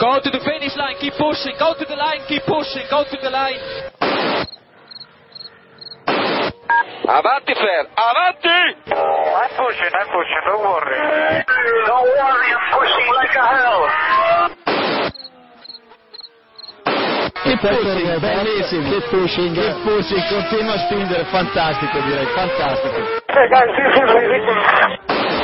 Go to the finish line, keep pushing, go to the line, keep pushing, go to the line. Avanti, Fer, avanti! I'm pushing, don't worry. Don't worry, I'm pushing like a hell. Keep pushing, bellissimo. Keep pushing, continua a spingere, fantastico direi, fantastico. Hey guys, this is ridiculous.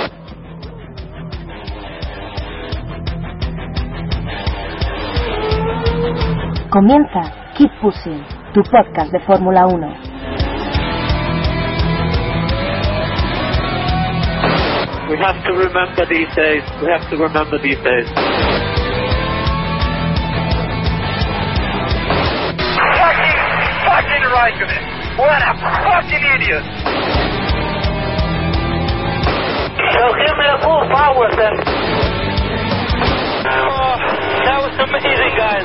Comienza Keep Pushing, tu podcast de Fórmula 1. We have to remember these days. Fucking Raikkonen! What a fucking idiot! So give me a full power then. Oh, that was amazing, guys.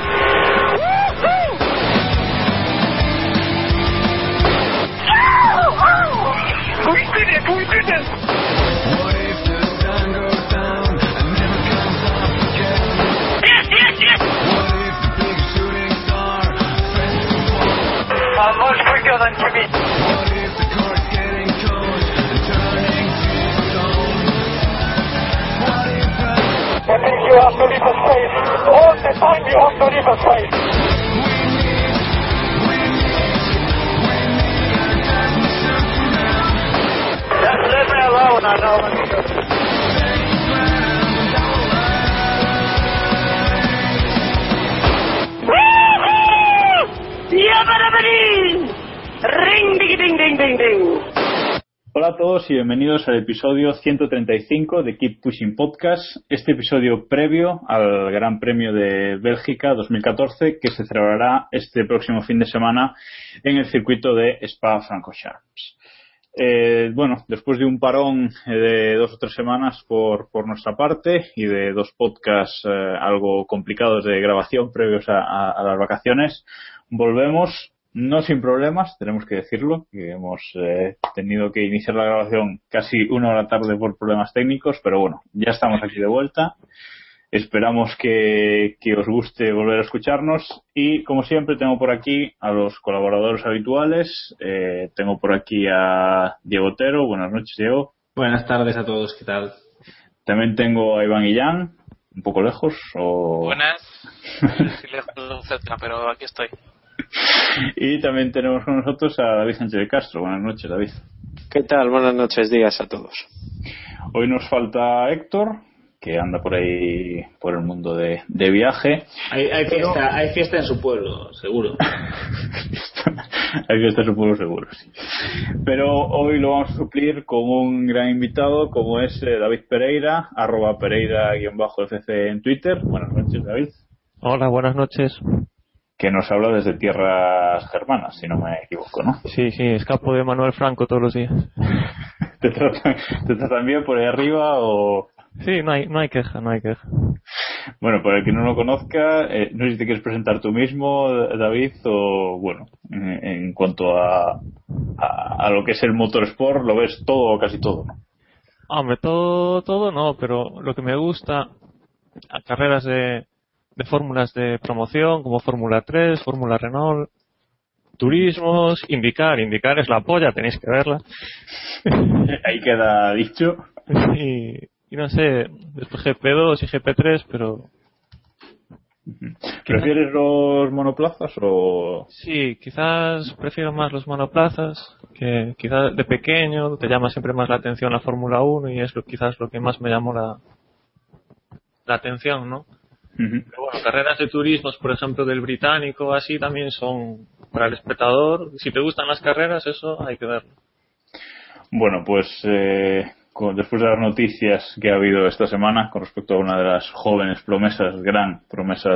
We did it! What if the sun goes down and never comes up again? Yes! What if the big shooting star fends the wall? I'm much quicker than Jimmy. What if the car's getting cold and turning to stone? What if That means you have to leave a space. All the time you have to leave a space. we need a Titan Superman? Just leave me alone, I know what to do. Ring, ding, ding, ding, ding, ding. Hola a todos y bienvenidos al episodio 135 de Keep Pushing Podcast, este episodio previo al Gran Premio de Bélgica 2014 que se celebrará este próximo fin de semana en el circuito de Spa-Francorchamps. Bueno, después de un parón de 2 o 3 semanas por nuestra parte y de 2 podcasts algo complicados de grabación previos a las vacaciones, volvemos. No sin problemas, tenemos que decirlo, que hemos tenido que iniciar la grabación casi 1 hora tarde por problemas técnicos, pero bueno, ya estamos aquí de vuelta. Esperamos que os guste volver a escucharnos y, como siempre, tengo por aquí a los colaboradores habituales. Tengo por aquí a Diego Otero. Buenas noches, Diego. Buenas tardes a todos, ¿qué tal? También tengo a Iván Illán, un poco lejos. Buenas. Sí, lejos de cerca, pero aquí estoy. Y también tenemos con nosotros a David Sánchez de Castro. Buenas noches, David. ¿Qué tal? Buenas noches, días a todos. Hoy nos falta Héctor, que anda por ahí por el mundo de viaje. Hay fiesta en su pueblo, seguro. Hay fiesta en su pueblo, seguro, sí. Pero hoy lo vamos a suplir con un gran invitado, como es David Pereira, @Pereira_FC en Twitter. Buenas noches, David. Hola, buenas noches. Que nos habla desde tierras germanas, si no me equivoco, ¿no? Sí, escapo de Manuel Franco todos los días. ¿Te tratan bien por ahí arriba o...? Sí, no hay queja. Bueno, para el que no lo conozca, no sé si te quieres presentar tú mismo, David, o bueno, en cuanto a lo que es el motorsport, lo ves todo o casi todo, ¿no? Hombre, todo no, pero lo que me gusta, a carreras de fórmulas de promoción como Fórmula 3, Fórmula Renault, turismos, IndyCar es la polla, tenéis que verla. Ahí queda dicho. Y no sé, después GP2 y GP3, pero... ¿Prefieres los monoplazas o...? Sí, quizás prefiero más los monoplazas, que quizás de pequeño te llama siempre más la atención la Fórmula 1 y es quizás lo que más me llamó la atención, ¿no? Pero bueno, carreras de turismos, por ejemplo, del británico, así también son para el espectador. Si te gustan las carreras, eso hay que verlo. Bueno, pues después de las noticias que ha habido esta semana con respecto a una de las jóvenes promesas, gran promesa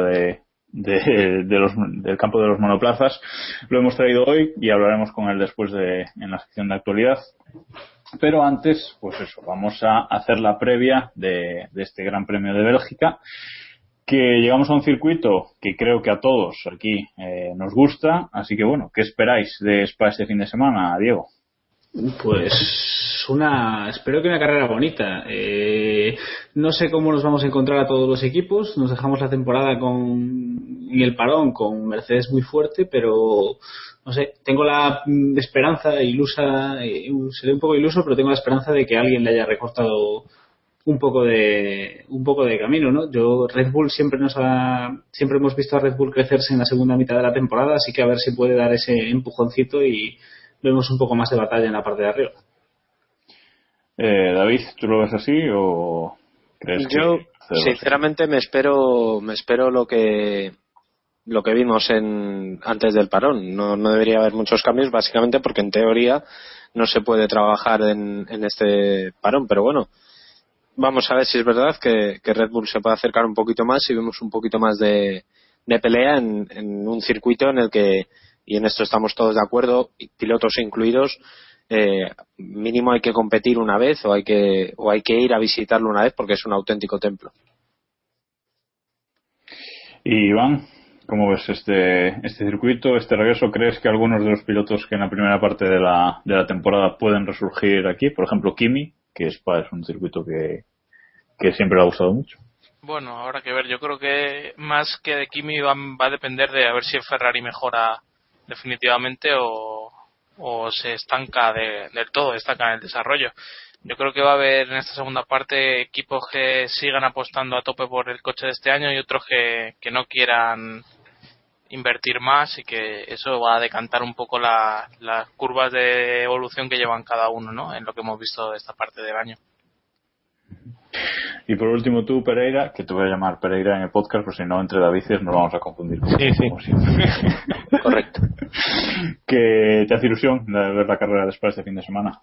del campo de los monoplazas, lo hemos traído hoy y hablaremos con él después en la sección de actualidad. Pero antes, pues eso, vamos a hacer la previa de este Gran Premio de Bélgica, que llegamos a un circuito que creo que a todos aquí nos gusta, así que bueno, ¿qué esperáis de Spa este fin de semana, Diego? Pues espero que una carrera bonita. No sé cómo nos vamos a encontrar a todos los equipos. Nos dejamos la temporada en el parón con Mercedes muy fuerte, pero no sé, tengo la esperanza ilusa, seré un poco iluso, pero tengo la esperanza de que alguien le haya recortado un poco de camino, ¿no? Red Bull siempre hemos visto a Red Bull crecerse en la segunda mitad de la temporada, así que a ver si puede dar ese empujoncito y vemos un poco más de batalla en la parte de arriba. David, ¿tú lo ves así o crees que...? Yo sinceramente me espero lo que vimos antes del parón. No debería haber muchos cambios, básicamente porque en teoría no se puede trabajar en este parón, pero bueno, vamos a ver si es verdad que Red Bull se puede acercar un poquito más y vemos un poquito más de pelea en un circuito en el que, y en esto estamos todos de acuerdo, pilotos incluidos, mínimo hay que competir una vez o hay que ir a visitarlo una vez porque es un auténtico templo. Y Iván, ¿cómo ves este circuito, este regreso? ¿Crees que algunos de los pilotos que en la primera parte de la temporada pueden resurgir aquí? Por ejemplo, Kimi, que Spa es un circuito que siempre le ha gustado mucho. Bueno, habrá que ver. Yo creo que más que de Kimi va a depender de a ver si el Ferrari mejora definitivamente o se estanca del todo, estanca en el desarrollo. Yo creo que va a haber en esta segunda parte equipos que sigan apostando a tope por el coche de este año y otros que no quieran invertir más, y que eso va a decantar un poco las curvas de evolución que llevan cada uno, ¿no? En lo que hemos visto de esta parte del año. Y por último tú, Pereira, que te voy a llamar Pereira en el podcast, porque si no, entre Davices nos vamos a confundir. Como siempre. Correcto. ¿Que te hace ilusión de ver la carrera de Spa este fin de semana?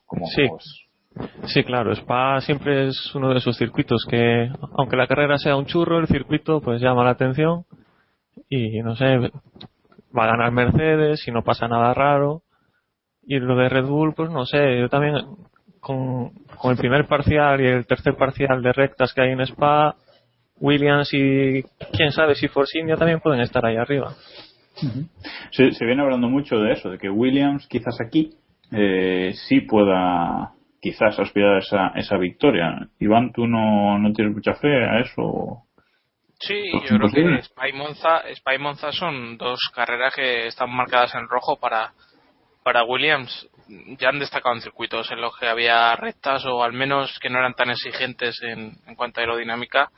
Sí, claro. Spa siempre es uno de esos circuitos que, aunque la carrera sea un churro, el circuito pues llama la atención y no sé, va a ganar Mercedes si no pasa nada raro. Y lo de Red Bull, pues no sé, yo también con el primer parcial y el tercer parcial de rectas que hay en Spa, Williams y quién sabe si Force India también pueden estar ahí arriba. Se viene hablando mucho de eso, de que Williams quizás aquí sí pueda quizás aspirar a esa victoria. Iván, ¿tú no tienes mucha fe a eso? Sí, yo creo que Spa y Monza son dos carreras que están marcadas en rojo para Williams. Ya han destacado en circuitos en los que había rectas o al menos que no eran tan exigentes en cuanto a aerodinámica,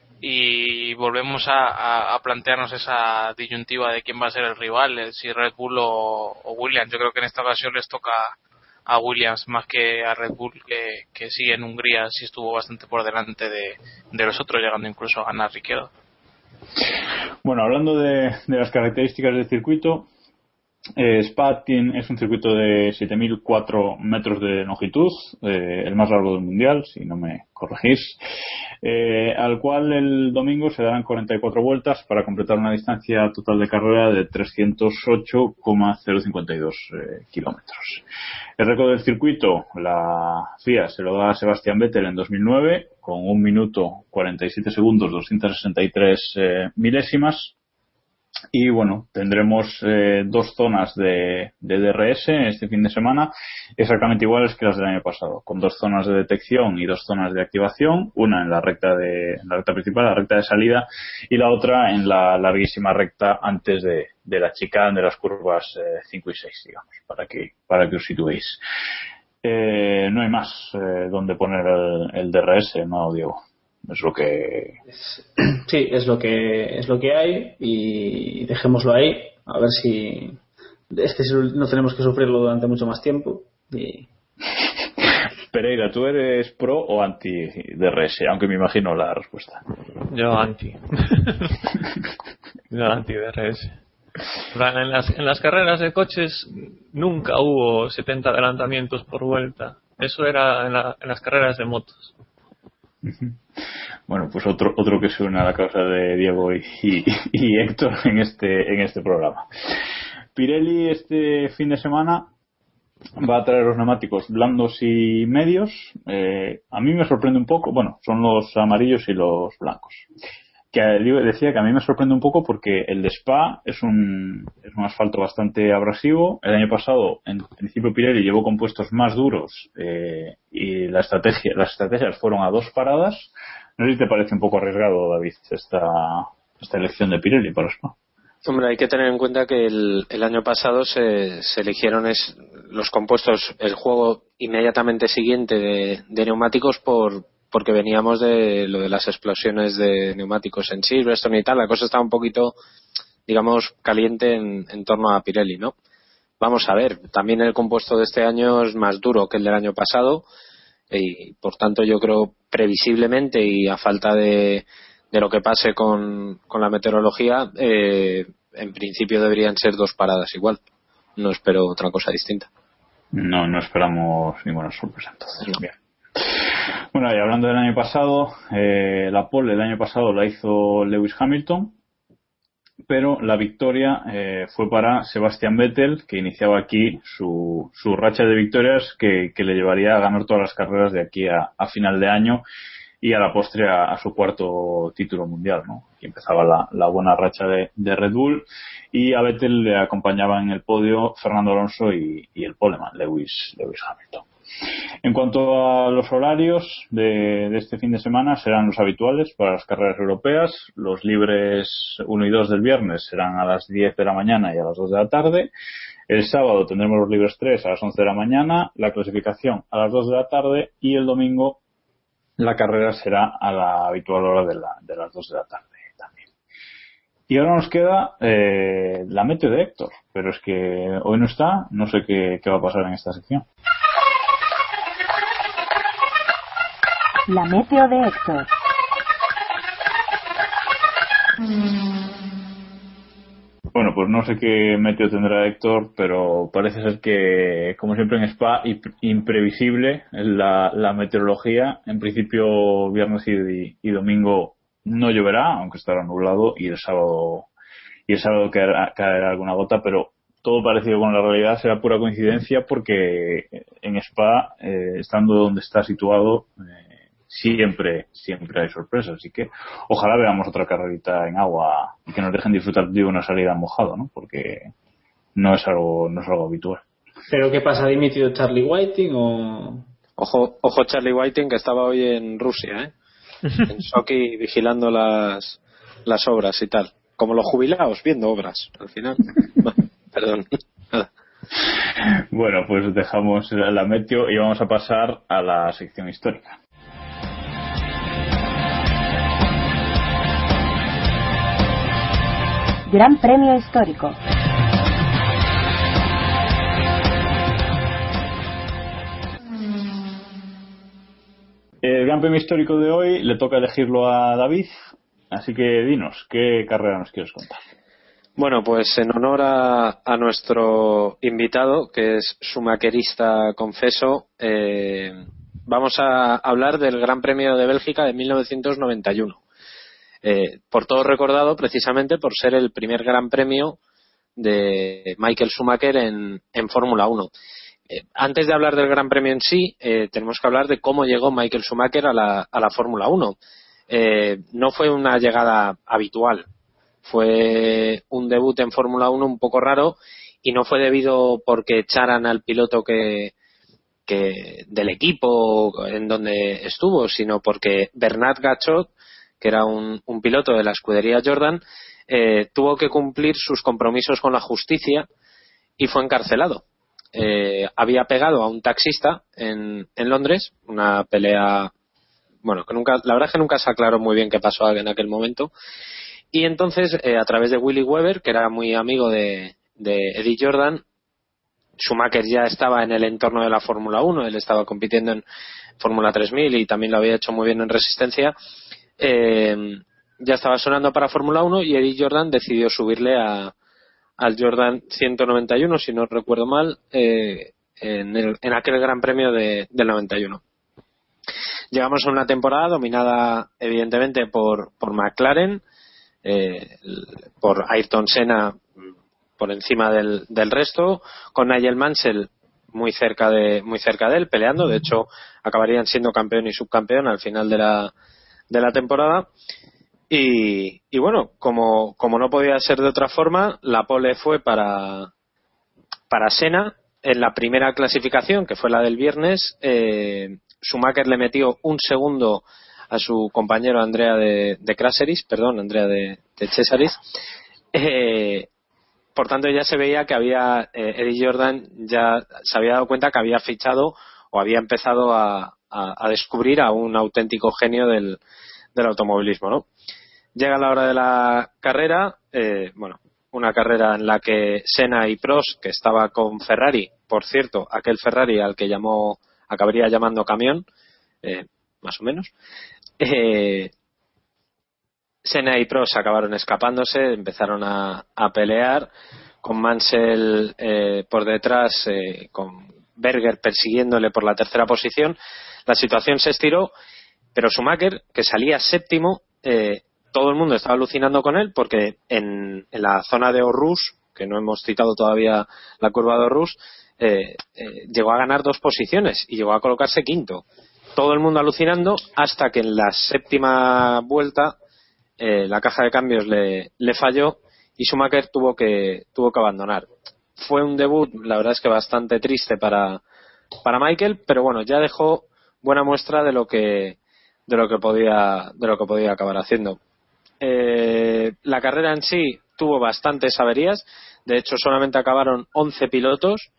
y volvemos a plantearnos esa disyuntiva de quién va a ser el rival, si Red Bull o Williams. Yo creo que en esta ocasión les toca a Williams más que a Red Bull, que sí en Hungría sí estuvo bastante por delante de los otros, llegando incluso a ganar Ricciardo. Bueno, hablando de las características del circuito, Spa es un circuito de 7.004 metros de longitud, el más largo del mundial, si no me corregís, al cual el domingo se darán 44 vueltas para completar una distancia total de carrera de 308,052 kilómetros. El récord del circuito, la FIA se lo da a Sebastian Vettel en 2009 con 1 minuto 47 segundos 263 milésimas. Y bueno, tendremos 2 zonas de DRS este fin de semana, exactamente iguales que las del año pasado, con 2 zonas de detección y 2 zonas de activación, una en la recta principal, la recta de salida, y la otra en la larguísima recta antes de la chicane de las curvas 5 y 6, digamos, para que os situéis. No hay más donde poner el DRS, ¿no, Diego? Es lo que... Sí, es lo que hay, y dejémoslo ahí, a ver si no tenemos que sufrirlo durante mucho más tiempo. Pereira, ¿tú eres pro o anti DRS? Aunque me imagino la respuesta. Yo anti. Yo anti DRS. En las carreras de coches nunca hubo 70 adelantamientos por vuelta. Eso era en las carreras de motos. Bueno, pues otro que se une a la causa de Diego y Héctor en este programa. Pirelli este fin de semana va a traer los neumáticos blandos y medios. A mí me sorprende un poco, bueno, son los amarillos y los blancos, que decía que a mí me sorprende un poco porque el de Spa es un asfalto bastante abrasivo. El año pasado, en principio, Pirelli llevó compuestos más duros y las estrategias fueron a 2 paradas. No sé si te parece un poco arriesgado, David, esta elección de Pirelli para Spa. Hombre, hay que tener en cuenta que el año pasado se eligieron los compuestos, el juego inmediatamente siguiente de neumáticos porque veníamos de lo de las explosiones de neumáticos en Silverstone y tal. La cosa estaba un poquito, digamos, caliente en torno a Pirelli, ¿no? Vamos a ver, también el compuesto de este año es más duro que el del año pasado y por tanto yo creo previsiblemente y a falta de lo que pase con la meteorología, en principio deberían ser 2 paradas igual. No espero otra cosa distinta. No esperamos ninguna sorpresa entonces. No. Bien. Bueno, y hablando del año pasado, la pole del año pasado la hizo Lewis Hamilton, pero la victoria fue para Sebastian Vettel, que iniciaba aquí su racha de victorias que le llevaría a ganar todas las carreras de aquí a final de año y a la postre a su 4º título mundial, ¿no? Aquí empezaba la buena racha de Red Bull, y a Vettel le acompañaban en el podio Fernando Alonso y el poleman Lewis Hamilton. En cuanto a los horarios de este fin de semana, serán los habituales para las carreras europeas. Los libres 1 y 2 del viernes serán a las 10 de la mañana y a las 2 de la tarde. El sábado tendremos los libres 3 a las 11 de la mañana, la clasificación a las 2 de la tarde, y el domingo la carrera será a la habitual hora de las 2 de la tarde también. Y ahora nos queda la meteo de Héctor, pero es que hoy no está, no sé qué va a pasar en esta sección. La meteo de Héctor. Bueno, pues no sé qué meteo tendrá Héctor, pero parece ser que, como siempre en Spa, imprevisible es la meteorología. En principio, viernes y domingo no lloverá, aunque estará nublado, y el sábado caerá alguna gota, pero todo parecido con la realidad será pura coincidencia, porque en Spa, estando donde está situado, siempre hay sorpresas, así que ojalá veamos otra carrerita en agua y que nos dejen disfrutar de una salida mojado, ¿no? Porque no es algo habitual. ¿Pero qué pasa? ¿Ha dimitido Charlie Whiting o...? Ojo Charlie Whiting, que estaba hoy en Rusia, en Sochi, vigilando las obras y tal, como los jubilados viendo obras al final. Perdón. Nada. Bueno, pues dejamos la meteo y vamos a pasar a la sección histórica. Gran Premio Histórico. El Gran Premio Histórico de hoy le toca elegirlo a David, así que dinos, ¿qué carrera nos quieres contar? Bueno, pues en honor a nuestro invitado, que es sumaquerista confeso, vamos a hablar del Gran Premio de Bélgica de 1991. Por todo recordado precisamente por ser el primer Gran Premio de Michael Schumacher en Fórmula 1. Antes de hablar del Gran Premio en sí, tenemos que hablar de cómo llegó Michael Schumacher a la Fórmula 1. No fue una llegada habitual, fue un debut en Fórmula 1 un poco raro, y no fue debido porque echaran al piloto que del equipo en donde estuvo, sino porque Bernard Gachot, que era un piloto de la escudería Jordan, tuvo que cumplir sus compromisos con la justicia y fue encarcelado. Había pegado a un taxista en Londres, una pelea, bueno, que la verdad es que nunca se aclaró muy bien qué pasó en aquel momento, y entonces a través de Willy Weber, que era muy amigo de Eddie Jordan, Schumacher ya estaba en el entorno de la Fórmula 1, él estaba compitiendo en Fórmula 3000 y también lo había hecho muy bien en resistencia. Ya estaba sonando para Fórmula 1 y Eddie Jordan decidió subirle al Jordan 191, si no recuerdo mal, en aquel Gran Premio del 91. Llegamos a una temporada dominada evidentemente por McLaren, por Ayrton Senna por encima del resto, con Nigel Mansell muy cerca de él peleando. De hecho acabarían siendo campeón y subcampeón al final de la temporada, Y bueno, como no podía ser de otra forma, la pole fue para Senna. En la primera clasificación, que fue la del viernes, Schumacher le metió un segundo a su compañero Andrea de Cesaris. Por tanto, ya se veía que Eddie Jordan ya se había dado cuenta que había fichado o había empezado a descubrir a un auténtico genio del automovilismo, ¿no? Llega la hora de la carrera, una carrera en la que Senna y Prost, que estaba con Ferrari, por cierto, aquel Ferrari al que acabaría llamando camión, más o menos, Senna y Prost acabaron escapándose, empezaron a pelear, con Mansell por detrás, con Berger persiguiéndole por la tercera posición. La situación se estiró, pero Schumacher, que salía séptimo, todo el mundo estaba alucinando con él, porque en la zona de Eau-Rouge, que no hemos citado todavía la curva de Eau-Rouge, llegó a ganar 2 posiciones y llegó a colocarse quinto. Todo el mundo alucinando, hasta que en la séptima vuelta la caja de cambios le falló y Schumacher tuvo que abandonar. Fue un debut, la verdad es que bastante triste para Michael, pero bueno, ya dejó buena muestra de lo que podía acabar haciendo. La carrera en sí tuvo bastantes averías, de hecho solamente acabaron 11 pilotos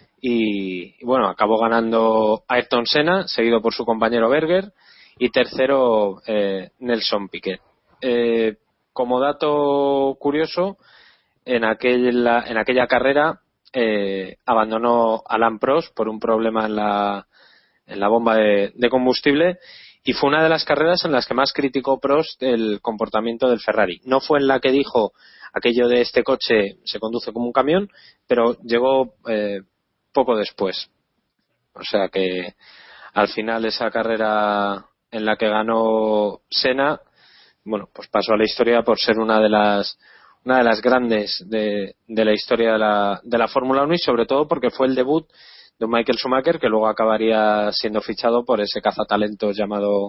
y bueno, acabó ganando Ayrton Senna, seguido por su compañero Berger, y tercero Nelson Piquet. Como dato curioso, en aquella carrera abandonó Alain Prost por un problema en la bomba de combustible, y fue una de las carreras en las que más criticó Prost el comportamiento del Ferrari. No fue en la que dijo aquello de este coche se conduce como un camión, pero llegó poco después. O sea que al final esa carrera en la que ganó Senna, bueno, pues pasó a la historia por ser una de las grandes de la historia de la Fórmula 1, y sobre todo porque fue el debut de Michael Schumacher, que luego acabaría siendo fichado por ese cazatalentos llamado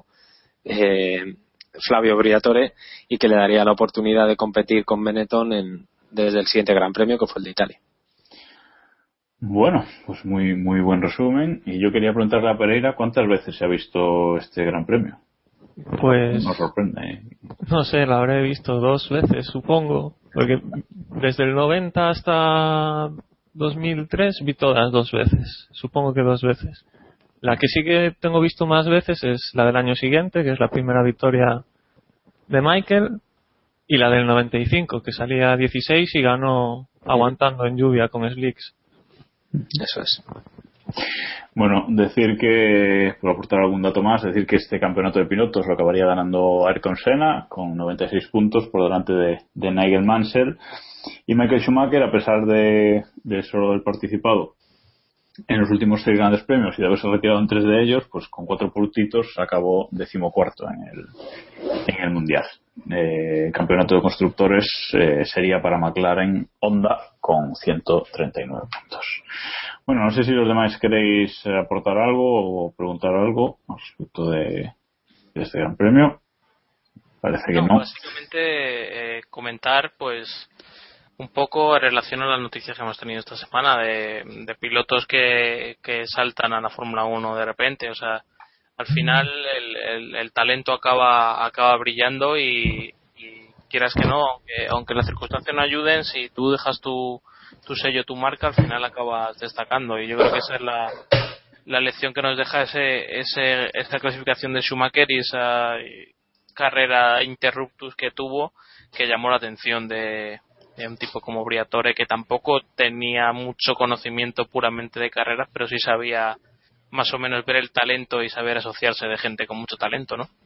Flavio Briatore, y que le daría la oportunidad de competir con Benetton desde el siguiente Gran Premio, que fue el de Italia. Bueno, pues muy muy buen resumen. Y yo quería preguntarle a Pereira cuántas veces se ha visto este Gran Premio. Pues Nos sorprende. no sé, la habré visto 2 veces, supongo, porque desde el 90 hasta 2003 vi todas 2 veces, supongo que 2 veces. La que sí que tengo visto más veces es la del año siguiente, que es la primera victoria de Michael, y la del 95, que salía 16 y ganó aguantando en lluvia con slicks. Eso es. Bueno, decir que, por aportar algún dato más, decir que este campeonato de pilotos lo acabaría ganando Ayrton Senna con 96 puntos por delante de Nigel Mansell, y Michael Schumacher, a pesar de solo haber participado en los últimos 6 grandes premios y de haberse retirado en 3 de ellos, pues con 4 puntitos acabó 14º en el mundial. Campeonato de constructores sería para McLaren Honda con 139 puntos. Bueno, no sé si los demás queréis aportar algo o preguntar algo al respecto de este gran premio. Parece que no. Básicamente comentar pues un poco en relación a las noticias que hemos tenido esta semana de pilotos que saltan a la Fórmula 1 de repente. O sea, al final el talento acaba brillando y quieras que no, aunque las circunstancias no ayuden, si tú dejas tu sello, tu marca, al final acabas destacando. Y yo creo que esa es la lección que nos deja esta clasificación de Schumacher y esa carrera interruptus que tuvo, que llamó la atención de un tipo como Briatore, que tampoco tenía mucho conocimiento puramente de carreras, pero sí sabía más o menos ver el talento y saber asociarse de gente con mucho talento, ¿no?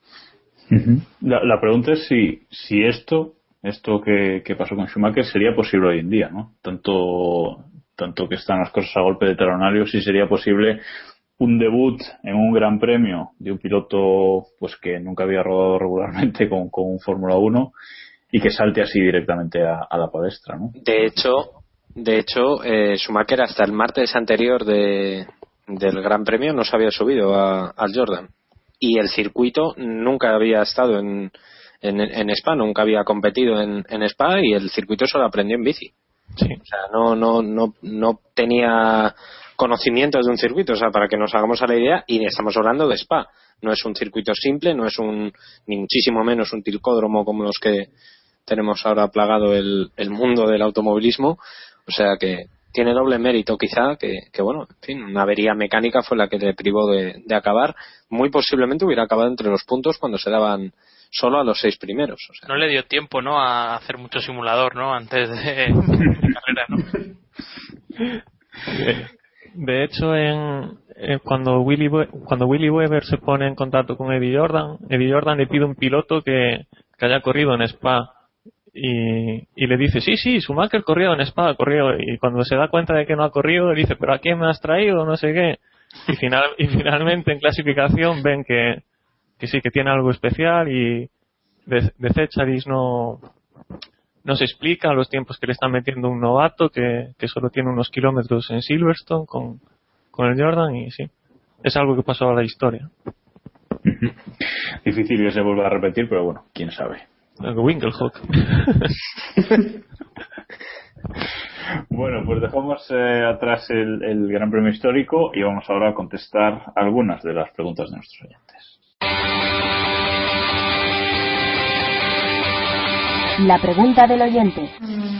La pregunta es si esto que pasó con Schumacher sería posible hoy en día, ¿no? Tanto que están las cosas a golpe de talonario, si sería posible un debut en un gran premio de un piloto pues que nunca había rodado regularmente con un Fórmula 1 y que salte así directamente a la palestra, ¿no? De hecho, Schumacher hasta el martes anterior del Gran Premio no se había subido al Jordan, y el circuito nunca había estado en en Spa, nunca había competido en Spa y el circuito se lo aprendió en bici. Sí. O sea, no tenía conocimientos de un circuito, o sea, para que nos hagamos a la idea, y estamos hablando de Spa. No es un circuito simple, no es ni muchísimo menos un tilcódromo como los que tenemos ahora plagado el mundo del automovilismo, o sea que tiene doble mérito quizá, que bueno, en fin, una avería mecánica fue la que le privó de acabar. Muy posiblemente hubiera acabado entre los puntos cuando se daban solo a los 6 primeros. O sea. No le dio tiempo, ¿no?, a hacer mucho simulador, ¿no?, antes de carrera, ¿no? De hecho, cuando Willy Weber se pone en contacto con Eddie Jordan le pide un piloto que haya corrido en Spa y le dice, sí, Schumacher corrió en Spa, y cuando se da cuenta de que no ha corrido, le dice, ¿pero a quién me has traído? No sé qué. Y finalmente en clasificación ven que sí, que tiene algo especial, y de Cecharis no se explica los tiempos que le están metiendo un novato que solo tiene unos kilómetros en Silverstone con el Jordan, y sí, es algo que pasó a la historia. Difícil que se vuelva a repetir, pero bueno, quién sabe. Winkelhock. Bueno, pues dejamos atrás el Gran Premio Histórico y vamos ahora a contestar algunas de las preguntas de nuestros oyentes. La pregunta del oyente.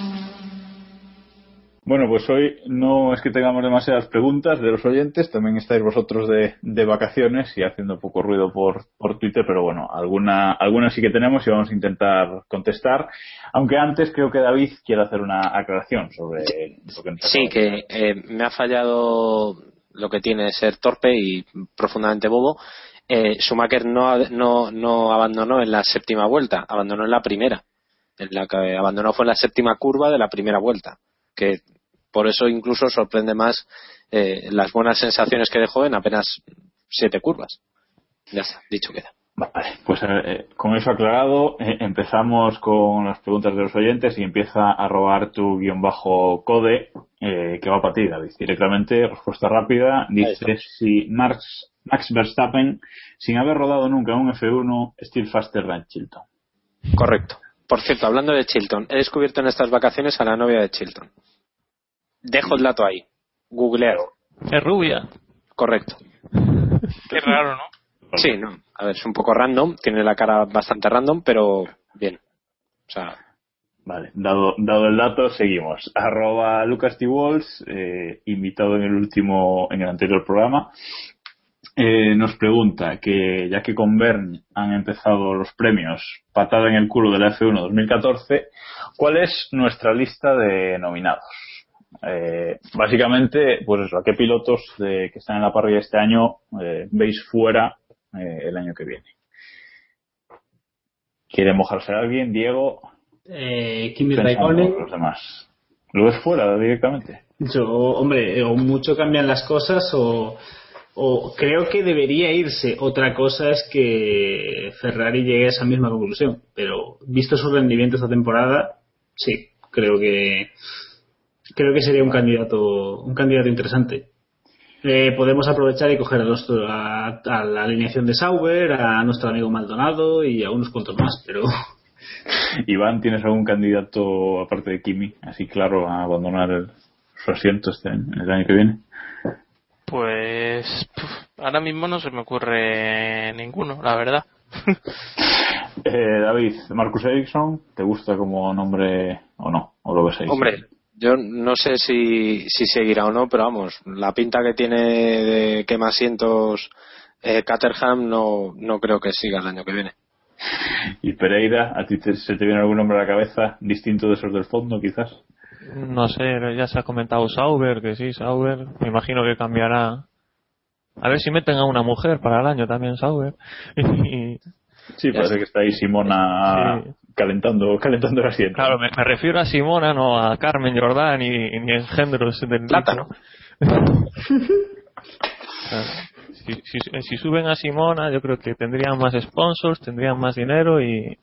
Bueno, pues hoy no es que tengamos demasiadas preguntas de los oyentes, también estáis vosotros de vacaciones y haciendo poco ruido por Twitter, pero bueno, alguna sí que tenemos y vamos a intentar contestar, aunque antes creo que David quiere hacer una aclaración sobre lo que nos acaba Sí, de que me ha fallado lo que tiene ser torpe y profundamente bobo. Schumacher no abandonó en la séptima vuelta, abandonó en la primera. En la que abandonó fue en la séptima curva de la primera vuelta, que por eso incluso sorprende más las buenas sensaciones que dejó en apenas 7 curvas. Ya está, dicho queda. Vale, pues con eso aclarado, empezamos con las preguntas de los oyentes y empieza a robar tu _code que va para ti, David. Directamente, respuesta rápida, dice si Max Verstappen, sin haber rodado nunca en un F1, still faster than Chilton. Correcto. Por cierto, hablando de Chilton, he descubierto en estas vacaciones a la novia de Chilton. Dejo el dato ahí. Googlear. Es rubia. Correcto. Qué raro, ¿no? Sí, no. A ver, es un poco random. Tiene la cara bastante random, pero bien. O sea... Vale, dado el dato, seguimos. @LucasTWalls, invitado en el anterior programa, nos pregunta que ya que con Bern han empezado los premios patada en el culo de la F1 2014, ¿cuál es nuestra lista de nominados? Básicamente, pues eso, ¿a qué pilotos que están en la parrilla este año veis fuera el año que viene? ¿Quiere mojarse alguien? Diego. Kimi Raikkonen. Los demás. ¿Lo ves fuera directamente? Hombre, o mucho cambian las cosas o creo que debería irse. Otra cosa es que Ferrari llegue a esa misma conclusión, pero visto su rendimiento esta temporada, sí, creo que sería un candidato interesante. Podemos aprovechar y coger a la alineación de Sauber, a nuestro amigo Maldonado y a unos cuantos más, pero... Iván, ¿tienes algún candidato aparte de Kimi, así claro, a abandonar su asiento el año que viene? Pues ahora mismo no se me ocurre ninguno, la verdad. David, Marcus Ericsson, ¿te gusta como nombre o no? ¿O lo ves ahí? Hombre, yo no sé si seguirá o no, pero vamos, la pinta que tiene de quema asientos Caterham no creo que siga el año que viene. ¿Y Pereira, a ti se te viene algún nombre a la cabeza distinto de esos del fondo, quizás? No sé, ya se ha comentado Sauber, que sí, Sauber, me imagino que cambiará. A ver si meten a una mujer para el año también, Sauber. Sí, parece que está ahí Simona sí. calentando el asiento. Claro, me refiero a Simona, no a Carmen Jordán ni engendros del Plátano. Claro. Si suben a Simona, yo creo que tendrían más sponsors, tendrían más dinero y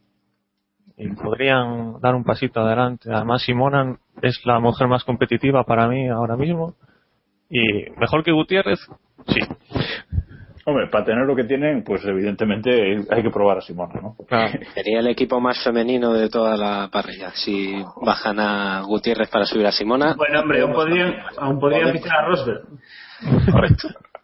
podrían dar un pasito adelante. Además, Simona es la mujer más competitiva para mí ahora mismo y mejor que Gutiérrez, sí. Hombre, para tener lo que tienen, pues evidentemente hay que probar a Simona, ¿no? Sería el equipo más femenino de toda la parrilla. Si bajan a Gutiérrez para subir a Simona. Bueno, hombre, aún podrían fichar a Rosberg. Correcto.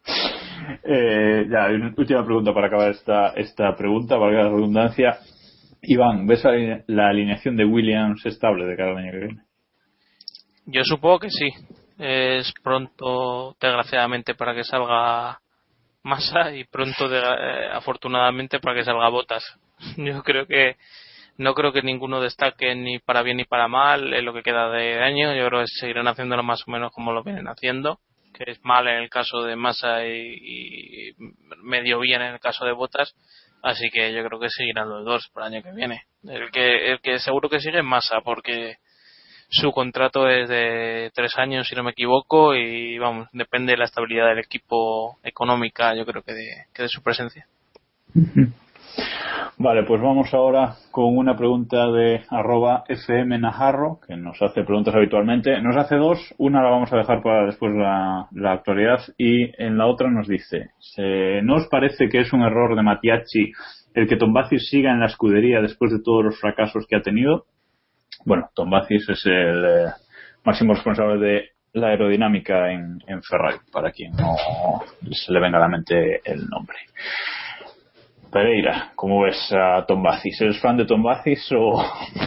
Ya, última pregunta para acabar esta pregunta, valga la redundancia. Iván, ¿ves la alineación de Williams estable de cara al año que viene? Yo supongo que sí. Es pronto, desgraciadamente, para que salga Massa y pronto, afortunadamente, para que salga Bottas. Yo creo que no creo que ninguno destaque ni para bien ni para mal en lo que queda de año. Yo creo que seguirán haciéndolo más o menos como lo vienen haciendo, que es mal en el caso de Massa y medio bien en el caso de Bottas. Así que yo creo que seguirán los dos para el año que viene. El que seguro que sigue es Massa, porque su contrato es de 3 años, si no me equivoco, y vamos, depende de la estabilidad del equipo económica, yo creo que de su presencia. Vale, pues vamos ahora con una pregunta de @fmnajarro, que nos hace preguntas habitualmente. Nos hace dos, una la vamos a dejar para después la actualidad, y en la otra nos dice: ¿no os parece que es un error de Matiacci el que Tombazis siga en la escudería después de todos los fracasos que ha tenido? Bueno, Tombazis es el máximo responsable de la aerodinámica en Ferrari, para quien no se le venga a la mente el nombre. Pereira, ¿cómo ves a Tombazis? ¿Eres fan de Tombazis o...?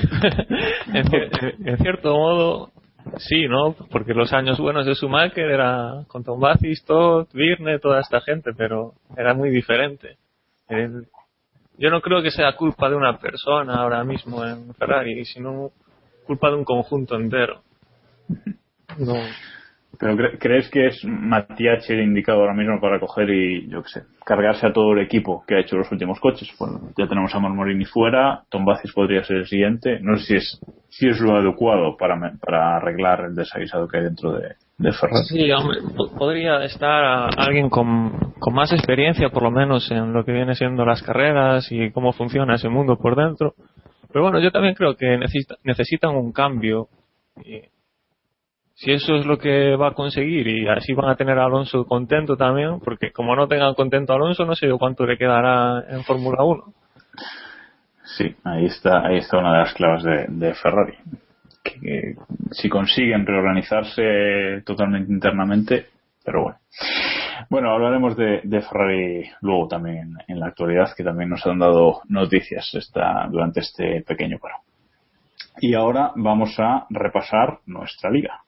en cierto modo, sí, ¿no? Porque los años buenos de Schumacher era con Tombazis, Todt, Virne, toda esta gente, pero era muy diferente. Yo no creo que sea culpa de una persona ahora mismo en Ferrari, sino culpa de un conjunto entero. No. ¿Pero crees que es Matiacci el indicado ahora mismo para coger y, yo qué sé, cargarse a todo el equipo que ha hecho los últimos coches? Bueno, ya tenemos a Mormorini fuera, Tombazis podría ser el siguiente. No sé si es lo adecuado para arreglar el desaguisado que hay dentro de Ferrari. Sí, hombre, podría estar alguien con más experiencia, por lo menos, en lo que viene siendo las carreras y cómo funciona ese mundo por dentro. Pero bueno, yo también creo que necesitan un cambio. Y si eso es lo que va a conseguir, y así van a tener a Alonso contento también, porque como no tengan contento a Alonso, no sé yo cuánto le quedará en Fórmula 1. Sí, ahí está una de las claves de Ferrari. Que si consiguen reorganizarse totalmente internamente, pero bueno. Bueno, hablaremos de Ferrari luego también en la actualidad, que también nos han dado noticias durante este pequeño paro. Y ahora vamos a repasar nuestra liga.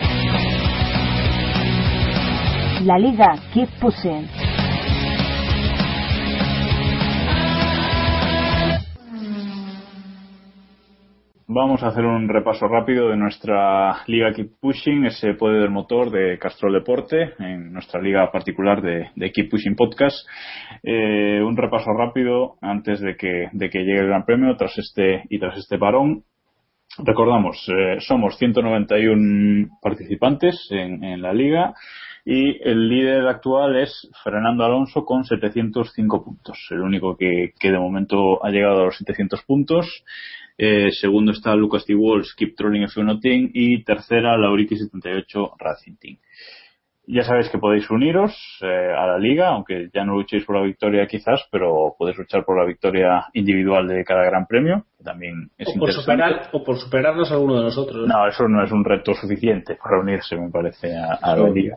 La Liga Keep Pushing. Vamos a hacer un repaso rápido de nuestra Liga Keep Pushing, ese poder del motor de Castrol Deporte, en nuestra liga particular de Keep Pushing Podcast. Un repaso rápido antes de que llegue el Gran Premio, tras este parón. Recordamos, somos 191 participantes en la liga, y el líder actual es Fernando Alonso con 705 puntos, el único que de momento ha llegado a los 700 puntos. Segundo está Lucas T. Walsh, Keep Trolling F1 Team, y tercera Lauriki 78 Racing Team. Ya sabéis que podéis uniros a la liga, aunque ya no luchéis por la victoria quizás, pero podéis luchar por la victoria individual de cada Gran Premio, que también es interesante. O por superarnos a alguno de nosotros. No, eso no es un reto suficiente para unirse, me parece, a la liga.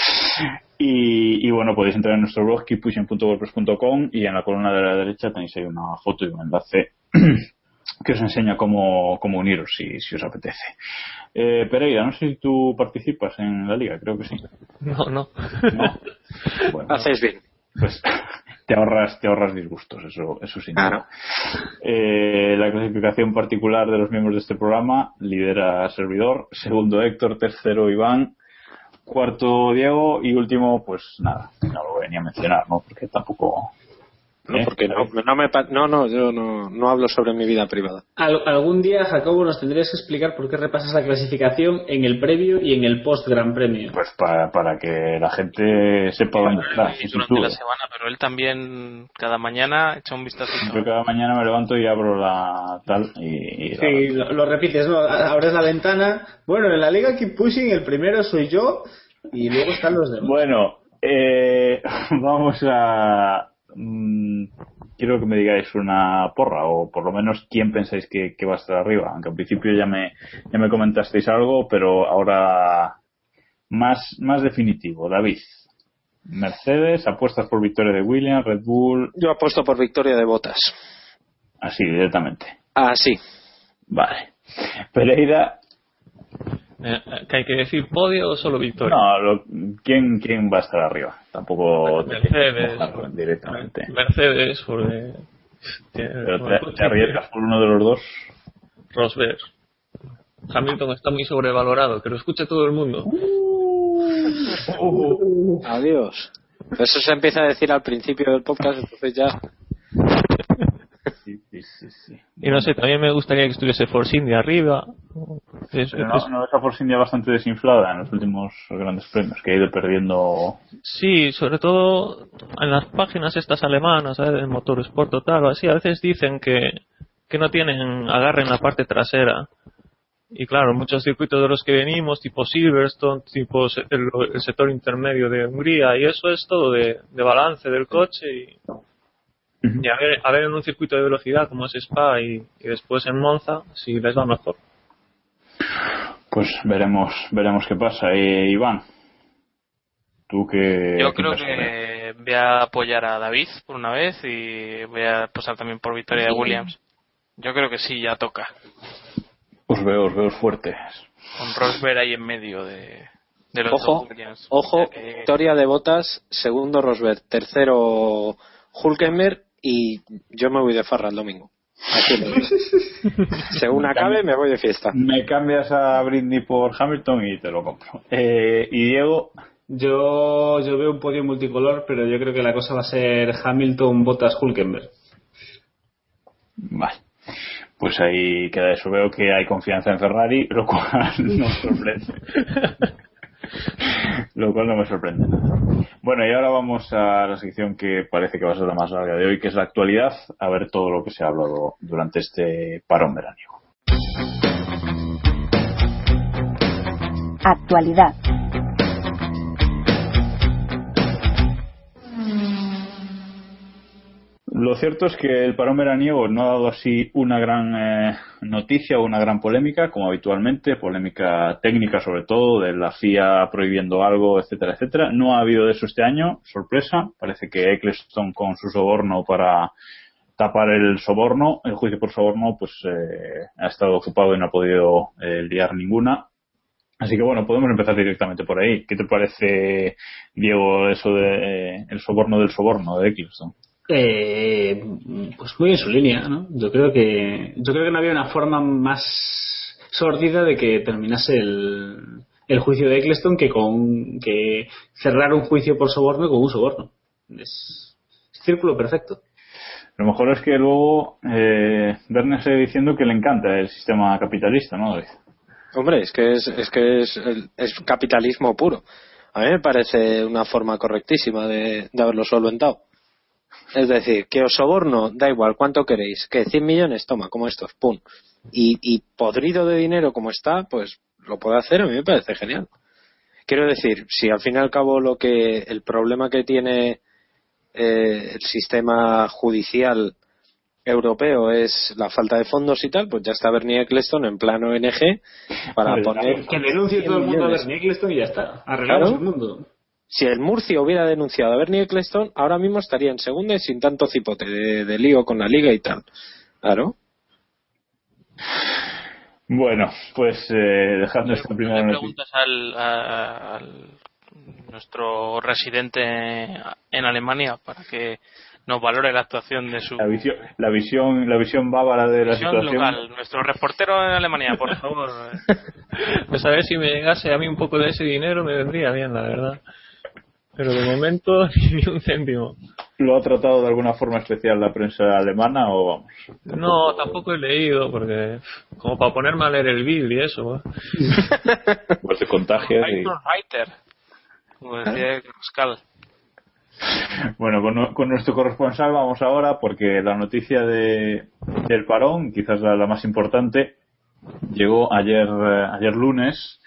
Y bueno, podéis entrar en nuestro blog keeppushing.wordpress.com, y en la columna de la derecha tenéis ahí una foto y un enlace que os enseña cómo uniros si os apetece. Pereira, no sé si tú participas en la liga, creo que sí. No. Bueno, hacéis bien. Pues te ahorras disgustos, eso sí. Claro. La clasificación particular de los miembros de este programa: lidera Servidor, segundo Héctor, tercero Iván, cuarto Diego, y último, pues nada, no lo venía a mencionar, ¿no? Porque tampoco... No, porque yo no hablo sobre mi vida privada. Algún día, Jacobo, nos tendrías que explicar por qué repasas la clasificación en el previo y en el post Gran Premio. Pues para que la gente sepa dónde está. Durante la semana, pero él también cada mañana echa un vistazo. Yo cada mañana me levanto y abro la tal y sí, lo repites, ¿no? Abres la ventana. Bueno, en la liga Keep Pushing el primero soy yo y luego están los demás. Bueno, Vamos a... quiero que me digáis una porra, o por lo menos quién pensáis que va a estar arriba. Aunque al principio ya me comentasteis algo, pero ahora más definitivo. David, Mercedes, apuestas por victoria de Williams, Red Bull... Yo apuesto por victoria de Bottas. Así, directamente. Sí. Vale. Pereira... ¿Qué hay que decir? ¿Podio o solo victoria? No, ¿quién va a estar arriba? Tampoco Mercedes directamente. Mercedes porque pero te arriesgas por uno de los dos. Rosberg. Hamilton está muy sobrevalorado, que lo escuche todo el mundo. Adiós. Eso se empieza a decir al principio del podcast, entonces ya. Sí. Y no sé, también me gustaría que estuviese Force India arriba. No, esa Force India bastante desinflada en los últimos grandes premios, que ha ido perdiendo. Sí, sobre todo en las páginas estas alemanas, ¿sabes? En Motorsport Total o así, a veces dicen que no tienen agarre en la parte trasera. Y claro, muchos circuitos de los que venimos, tipo Silverstone, tipo el sector intermedio de Hungría, y eso es todo de balance del coche y a ver en un circuito de velocidad como es Spa y después en Monza si les va mejor. Pues veremos qué pasa. Iván, tú que... Yo creo que voy a apoyar a David por una vez y voy a apostar también por victoria de Williams. Yo creo que sí, ya toca. Os veo fuertes. Con Rosberg ahí en medio de los dos Williams. Ojo, victoria de Bottas, segundo Rosberg, tercero Hülkenberg y yo me voy de farra el domingo. Aquí lo digo. Según acabe me voy de fiesta. Me cambias a Britney por Hamilton y te lo compro. Y Diego... Yo veo un podio multicolor, pero yo creo que la cosa va a ser Hamilton, Bottas, Hülkenberg. Vale. Pues ahí queda eso. Veo que hay confianza en Ferrari, lo cual no me sorprende nada. Bueno, y ahora vamos a la sección que parece que va a ser la más larga de hoy, que es la actualidad, a ver todo lo que se ha hablado durante este parón veraniego. Actualidad. Lo cierto es que el parón veraniego no ha dado así una gran noticia o una gran polémica, como habitualmente, polémica técnica sobre todo, de la FIA prohibiendo algo, etcétera, etcétera. No ha habido de eso este año, sorpresa. Parece que Eccleston con su soborno para tapar el juicio por soborno, pues ha estado ocupado y no ha podido liar ninguna. Así que bueno, podemos empezar directamente por ahí. ¿Qué te parece, Diego, eso de el soborno del soborno de Eccleston? Pues muy en su línea, ¿no? Yo creo que no había una forma más sordida de que terminase el juicio de Eccleston que cerrar un juicio por soborno con un soborno. Es círculo perfecto. Lo mejor es que luego Bernie sigue diciendo que le encanta el sistema capitalista, ¿no, David? Hombre, es que es capitalismo puro. A mí me parece una forma correctísima de haberlo solventado. Es decir, que os soborno, da igual, ¿cuánto queréis? ¿Que 100 millones? Toma, como estos, pum. Y podrido de dinero como está, pues lo puede hacer, a mí me parece genial. Quiero decir, si al fin y al cabo el problema que tiene el sistema judicial europeo es la falta de fondos y tal, pues ya está Bernie Eccleston en plan ONG para poner... Que denuncie todo el mundo a Bernie Eccleston y ya está. Arreglamos el mundo. Si el Murcia hubiera denunciado a Bernie Eccleston, ahora mismo estaría en segunda y sin tanto cipote de lío con la liga y tal. Claro. Bueno, pues dejando esta primera noticia. Preguntas a nuestro residente en Alemania para que nos valore la actuación de su... La visión bávara de la situación. Local. Nuestro reportero en Alemania, por favor. Pues a ver, si me llegase a mí un poco de ese dinero me vendría bien, la verdad. Pero de momento ni un céntimo. ¿Lo ha tratado de alguna forma especial la prensa alemana o vamos? No, tampoco he leído porque como para ponerme a leer el Bill y eso. Pues te contagias y... Como decía Pascal. Bueno, con nuestro corresponsal vamos ahora, porque la noticia del parón, quizás la más importante, llegó ayer lunes,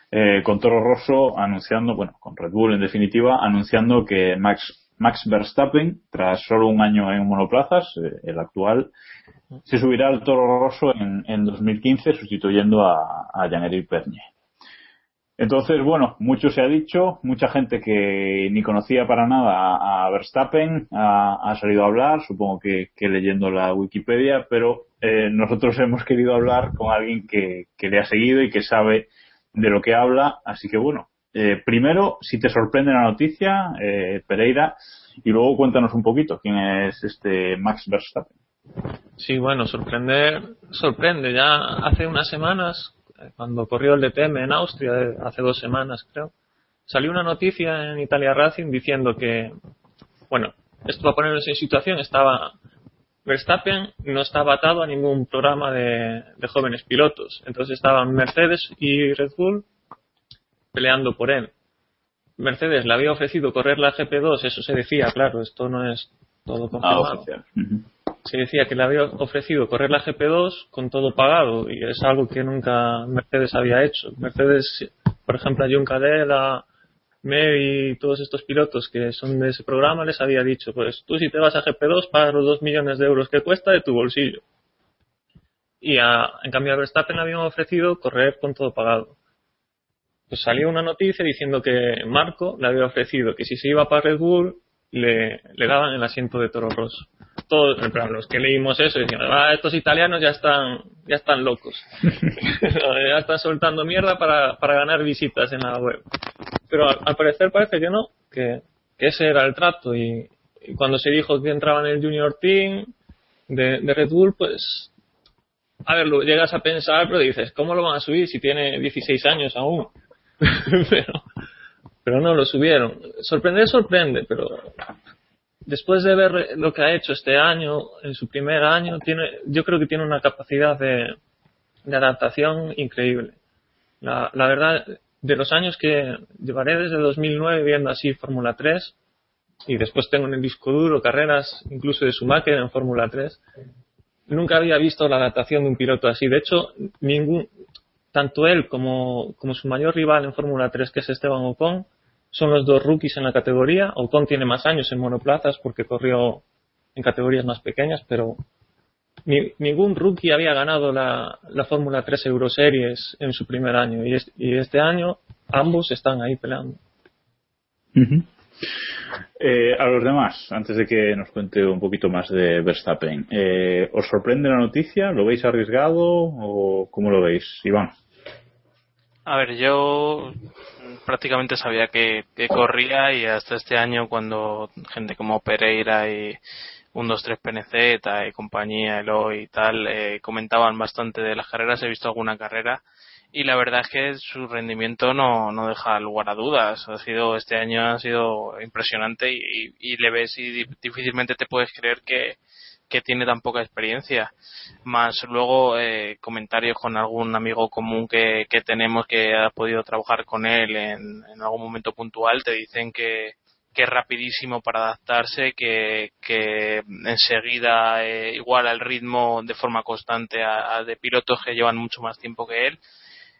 con Toro Rosso anunciando, bueno, con Red Bull en definitiva, anunciando que Max Verstappen, tras solo un año en monoplazas, el actual, se subirá al Toro Rosso en 2015 sustituyendo a Jean-Éric Vergne. Entonces, bueno, mucho se ha dicho, mucha gente que ni conocía para nada a Verstappen ha salido a hablar, supongo que leyendo la Wikipedia, pero nosotros hemos querido hablar con alguien que le ha seguido y que sabe de lo que habla, así que bueno, primero, si te sorprende la noticia, Pereira, y luego cuéntanos un poquito quién es este Max Verstappen. Sí, bueno, sorprende. Ya hace unas semanas, cuando corrió el DTM en Austria, hace 2 semanas creo, salió una noticia en Italia Racing diciendo que, bueno, esto para ponernos en situación, Verstappen no estaba atado a ningún programa de jóvenes pilotos. Entonces estaban Mercedes y Red Bull peleando por él. Mercedes le había ofrecido correr la GP2, eso se decía, claro, esto no es todo confirmado. Se decía que le había ofrecido correr la GP2 con todo pagado, y es algo que nunca Mercedes había hecho. Mercedes, por ejemplo, a John Cadell, a Mary y todos estos pilotos que son de ese programa, les había dicho, pues tú si te vas a GP2 pagas los 2 millones de euros que cuesta de tu bolsillo. Y en cambio a Verstappen le habían ofrecido correr con todo pagado. Pues salió una noticia diciendo que Marco le había ofrecido que si se iba para Red Bull le daban el asiento de Toro Rosso. Todos, en plan, los que leímos eso decían, estos italianos ya están locos. Ya están soltando mierda para ganar visitas en la web. Pero al parecer parece que no, que ese era el trato, y cuando se dijo que entraba en el Junior Team de Red Bull, pues a ver, lo llegas a pensar, pero dices, ¿cómo lo van a subir si tiene 16 años aún? pero no lo subieron. Sorprende, pero después de ver lo que ha hecho este año, en su primer año, yo creo que tiene una capacidad de adaptación increíble. La verdad, de los años que llevaré desde 2009 viendo así Fórmula 3, y después tengo en el disco duro carreras incluso de Schumacher en Fórmula 3, nunca había visto la adaptación de un piloto así. De hecho, tanto él como su mayor rival en Fórmula 3, que es Esteban Ocon, son los 2 rookies en la categoría. Ocon tiene más años en monoplazas porque corrió en categorías más pequeñas, pero ningún rookie había ganado la Fórmula 3 Euroseries en su primer año, y este año ambos están ahí peleando. A los demás, antes de que nos cuente un poquito más de Verstappen, ¿os sorprende la noticia? ¿Lo veis arriesgado o cómo lo veis, Iván? A ver, yo prácticamente sabía que corría, y hasta este año, cuando gente como Pereira y 123 PNZ y compañía, Eloy y tal, comentaban bastante de las carreras, he visto alguna carrera, y la verdad es que su rendimiento no deja lugar a dudas. Este año ha sido impresionante, y le ves y difícilmente te puedes creer que tiene tan poca experiencia. Más luego comentarios con algún amigo común que tenemos, que ha podido trabajar con él en algún momento puntual, te dicen que es rapidísimo para adaptarse, que enseguida iguala el ritmo de forma constante a de pilotos que llevan mucho más tiempo que él.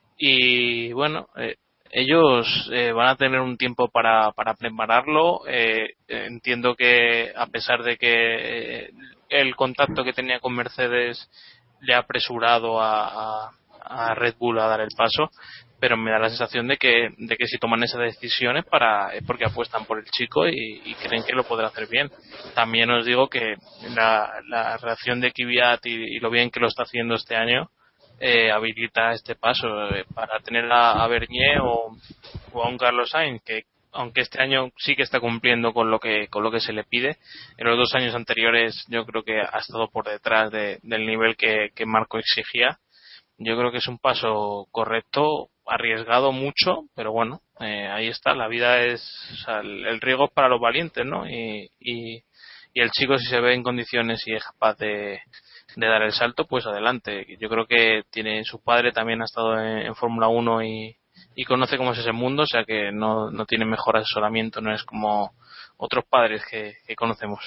Y bueno, ellos van a tener un tiempo para prepararlo. Entiendo que, a pesar de que el contacto que tenía con Mercedes le ha apresurado a Red Bull a dar el paso, pero me da la sensación de que si toman esas decisiones es porque apuestan por el chico y creen que lo podrá hacer bien. También os digo que la reacción de Kvyat y lo bien que lo está haciendo este año habilita este paso para tener a Vergne o a un Carlos Sainz, que aunque este año sí que está cumpliendo con lo que se le pide, en los 2 años anteriores yo creo que ha estado por detrás del nivel que Marco exigía. Yo creo que es un paso correcto, arriesgado mucho, pero bueno, ahí está. La vida es, el riesgo es para los valientes, ¿no? Y el chico, si se ve en condiciones y es capaz de dar el salto, pues adelante. Yo creo que su padre también ha estado en Fórmula 1 y conoce cómo es ese mundo, o sea que no tiene mejor asesoramiento, no es como otros padres que conocemos.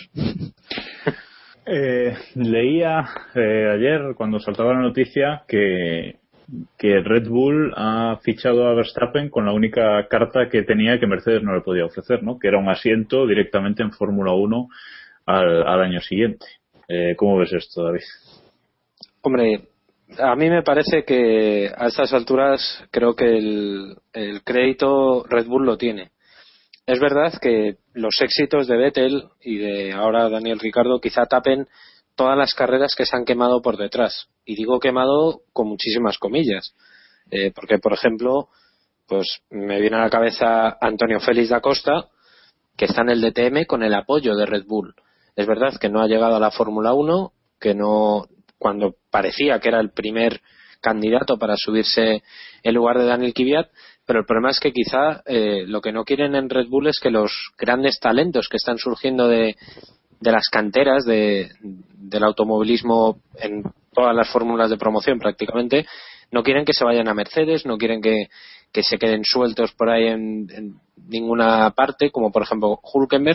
Leía ayer, cuando saltaba la noticia, que que Red Bull ha fichado a Verstappen con la única carta que tenía que Mercedes no le podía ofrecer, ¿no? Que era un asiento directamente en Fórmula 1 al año siguiente. ¿Cómo ves esto, David? Hombre, a mí me parece que a estas alturas creo que el crédito Red Bull lo tiene. Es verdad que los éxitos de Vettel y de ahora Daniel Ricciardo quizá tapen todas las carreras que se han quemado por detrás. Y digo quemado con muchísimas comillas. Porque, por ejemplo, pues me viene a la cabeza Antonio Félix da Costa, que está en el DTM con el apoyo de Red Bull. Es verdad que no ha llegado a la Fórmula 1, que no, cuando parecía que era el primer candidato para subirse en lugar de Daniel Kvyat, pero el problema es que quizá lo que no quieren en Red Bull es que los grandes talentos que están surgiendo de las canteras del automovilismo en todas las fórmulas de promoción prácticamente, no quieren que se vayan a Mercedes, no quieren que se queden sueltos por ahí en ninguna parte, como por ejemplo Hülkenberg,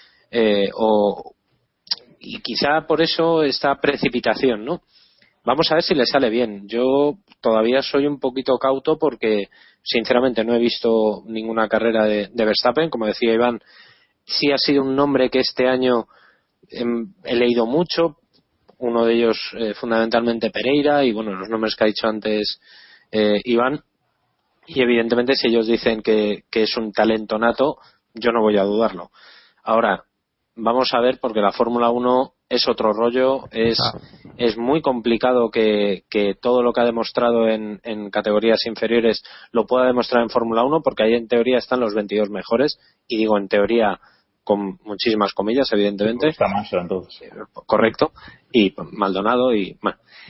y quizá por eso esta precipitación, ¿no? Vamos a ver si le sale bien. Yo todavía soy un poquito cauto porque sinceramente no he visto ninguna carrera de Verstappen. Como decía Iván, sí ha sido un nombre que este año he leído mucho, uno de ellos fundamentalmente Pereira, y bueno, los nombres que ha dicho antes Iván, y evidentemente si ellos dicen que es un talento nato, yo no voy a dudarlo. Ahora, vamos a ver, porque la Fórmula 1 es otro rollo, es muy complicado que todo lo que ha demostrado en categorías inferiores lo pueda demostrar en Fórmula 1, porque ahí en teoría están los 22 mejores, y digo en teoría con muchísimas comillas, evidentemente. Está más, entonces. Correcto, y Maldonado y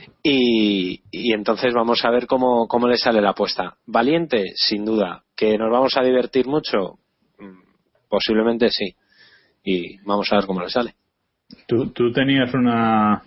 entonces vamos a ver cómo le sale la apuesta. Valiente, sin duda. Que nos vamos a divertir mucho, posiblemente sí, y vamos a ver cómo le sale. Tú tenías una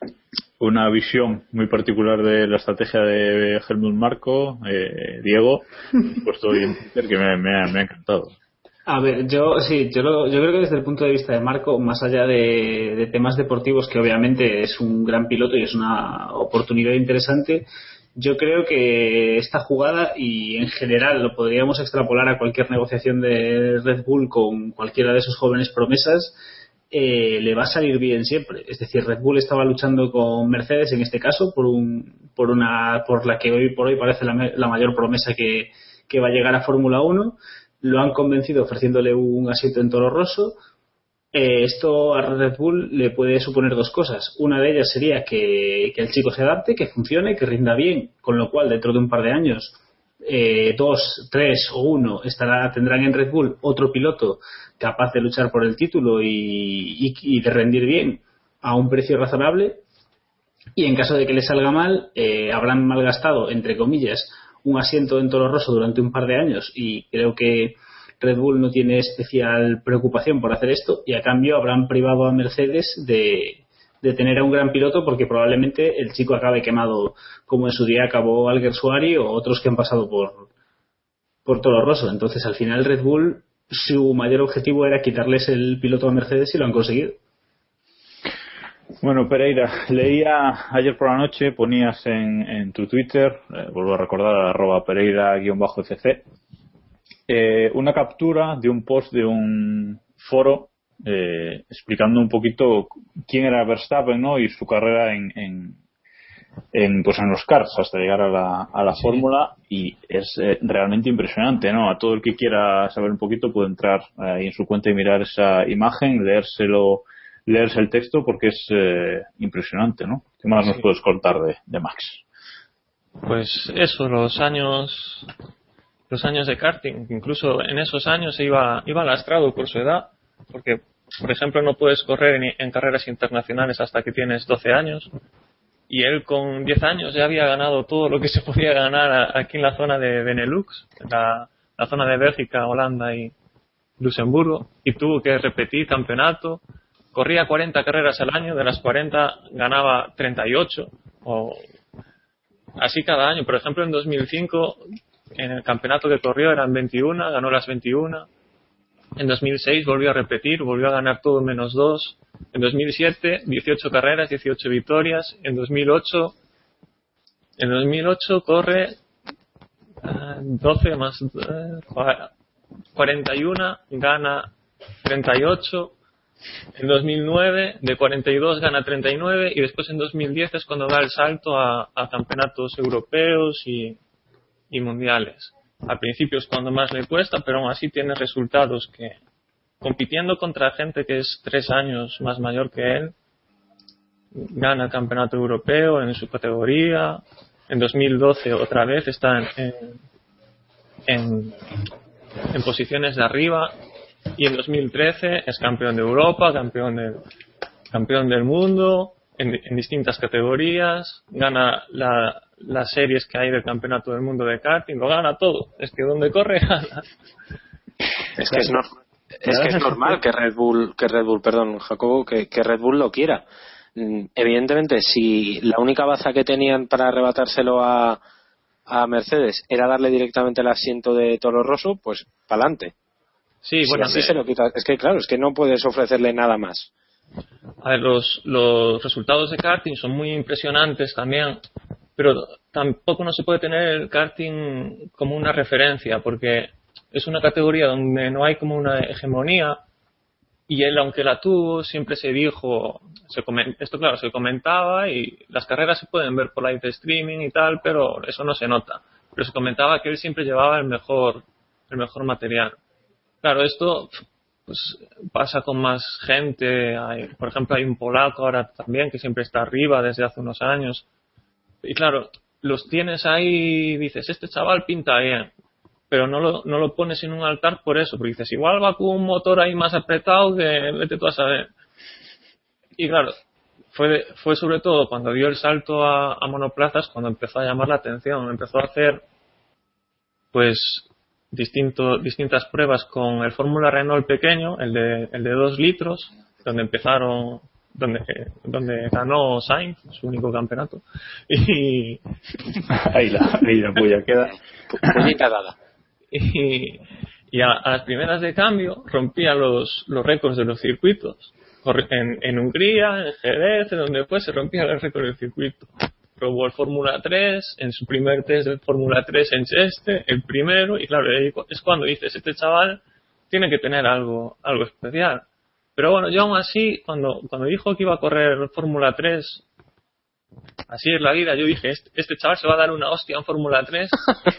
visión muy particular de la estrategia de Helmut Marko, Diego, puesto hoy en Twitter, que me ha encantado. A ver, yo creo que desde el punto de vista de Marko, más allá de temas deportivos, que obviamente es un gran piloto y es una oportunidad interesante, yo creo que esta jugada, y en general lo podríamos extrapolar a cualquier negociación de Red Bull con cualquiera de sus jóvenes promesas, le va a salir bien siempre. Es decir, Red Bull estaba luchando con Mercedes en este caso por la que hoy por hoy parece la mayor promesa que va a llegar a Fórmula 1. Lo han convencido ofreciéndole un asiento en Toro Rosso. Esto a Red Bull le puede suponer dos cosas. Una de ellas sería que el chico se adapte, que funcione, que rinda bien, con lo cual dentro de un par de años 2, 3 o 1 tendrán en Red Bull otro piloto capaz de luchar por el título y de rendir bien a un precio razonable, y en caso de que le salga mal, habrán malgastado, entre comillas, un asiento en Toro Rosso durante un par de años, y creo que Red Bull no tiene especial preocupación por hacer esto, y a cambio habrán privado a Mercedes de tener a un gran piloto, porque probablemente el chico acabe quemado como en su día acabó Alguersuari o otros que han pasado por Toro Rosso. Entonces al final Red Bull, su mayor objetivo era quitarles el piloto a Mercedes, y lo han conseguido. Bueno, Pereira, leía ayer por la noche, ponías en tu Twitter, vuelvo a recordar, @Pereira_FC, una captura de un post de un foro explicando un poquito quién era Verstappen, ¿no? Y su carrera en los karts hasta llegar a la fórmula, y es realmente impresionante, ¿no? A todo el que quiera saber un poquito puede entrar ahí en su cuenta y mirar esa imagen, leerse el texto, porque es impresionante, ¿no? ¿Qué más nos puedes contar de Max? Pues eso, los años de karting, incluso en esos años iba lastrado por su edad, porque por ejemplo no puedes correr en carreras internacionales hasta que tienes 12 años, y él con 10 años ya había ganado todo lo que se podía ganar aquí en la zona de Benelux, la zona de Bélgica, Holanda y Luxemburgo, y tuvo que repetir campeonato. Corría 40 carreras al año, de las 40 ganaba 38, o así cada año. Por ejemplo, en 2005, en el campeonato que corrió eran 21, ganó las 21. En 2006 volvió a repetir, volvió a ganar todo menos 2. En 2007, 18 carreras, 18 victorias. En 2008, En 2008 corre 12 más 41, gana 38. En 2009 de 42 gana 39 y después en 2010 es cuando da el salto a campeonatos europeos y mundiales. Al principio es cuando más le cuesta, pero aún así tiene resultados que, compitiendo contra gente que es 3 años más mayor que él, gana el campeonato europeo en su categoría. En 2012 otra vez está en posiciones de arriba. Y en 2013 es campeón de Europa, campeón del mundo, en distintas categorías, gana las series que hay del campeonato del mundo de karting, lo gana todo. Es que donde corre, gana. Es que es normal que Red Bull, perdón, Jacobo, que Red Bull lo quiera. Evidentemente, si la única baza que tenían para arrebatárselo a Mercedes era darle directamente el asiento de Toro Rosso, pues pa'lante. Sí, bueno, así se lo quita. Es que claro, es que no puedes ofrecerle nada más. A ver, los resultados de karting son muy impresionantes también, pero tampoco no se puede tener el karting como una referencia, porque es una categoría donde no hay como una hegemonía, y él, aunque la tuvo, siempre se dijo, esto claro, se comentaba, y las carreras se pueden ver por live streaming y tal, pero eso no se nota. Pero se comentaba que él siempre llevaba el mejor material. Claro, esto pues pasa con más gente. Por ejemplo, hay un polaco ahora también que siempre está arriba desde hace unos años. Y claro, los tienes ahí y dices, este chaval pinta bien, pero no lo pones en un altar por eso, porque dices, igual va con un motor ahí más apretado que vete tú a saber. Y claro, fue sobre todo cuando dio el salto a monoplazas cuando empezó a llamar la atención, empezó a hacer pues distintas pruebas con el Fórmula Renault pequeño, el de 2 litros, donde ganó Sainz, su único campeonato. Y ahí la puya queda. Puñita dada. Y a las primeras de cambio rompía los récords de los circuitos. En Hungría, en Jerez, en donde fue, se rompía el récord del circuito. Probó el Fórmula 3, en su primer test del Fórmula 3 en Cheste, el primero, y claro, es cuando dices, este chaval tiene que tener algo especial. Pero bueno, yo aún así, cuando dijo que iba a correr el Fórmula 3, así es la vida, yo dije, este chaval se va a dar una hostia en Fórmula 3,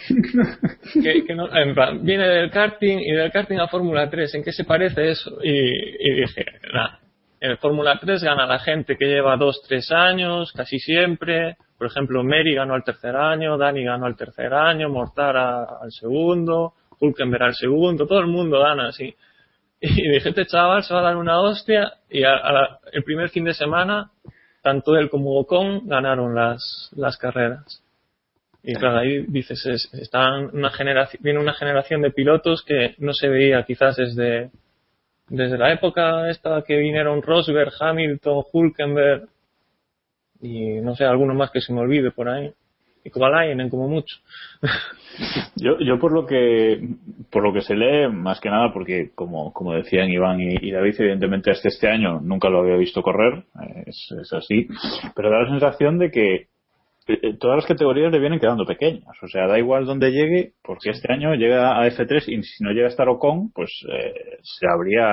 que no, en plan, viene del karting y del karting a Fórmula 3, ¿en qué se parece eso? Y dije, nada, en el Fórmula 3 gana la gente que lleva 2-3 años, casi siempre. Por ejemplo, Meri ganó al 3er año, Dani ganó al 3er año, Mortara al segundo, Hülkenberg al segundo, todo el mundo gana así. Y dije, este chaval se va a dar una hostia, y el primer fin de semana, tanto él como Ocon ganaron las carreras. Y claro, ahí dices, viene una generación de pilotos que no se veía quizás desde la época esta que vinieron Rosberg, Hamilton, Hülkenberg y no sé, alguno más que se me olvide por ahí, y Kovalainen como mucho. Yo por lo que se lee, más que nada, porque como decían Iván y David, evidentemente este año nunca lo había visto correr, es así, pero da la sensación de que todas las categorías le vienen quedando pequeñas, o sea, da igual donde llegue, porque este año llega a F3 y si no llega a estar Ocon, pues se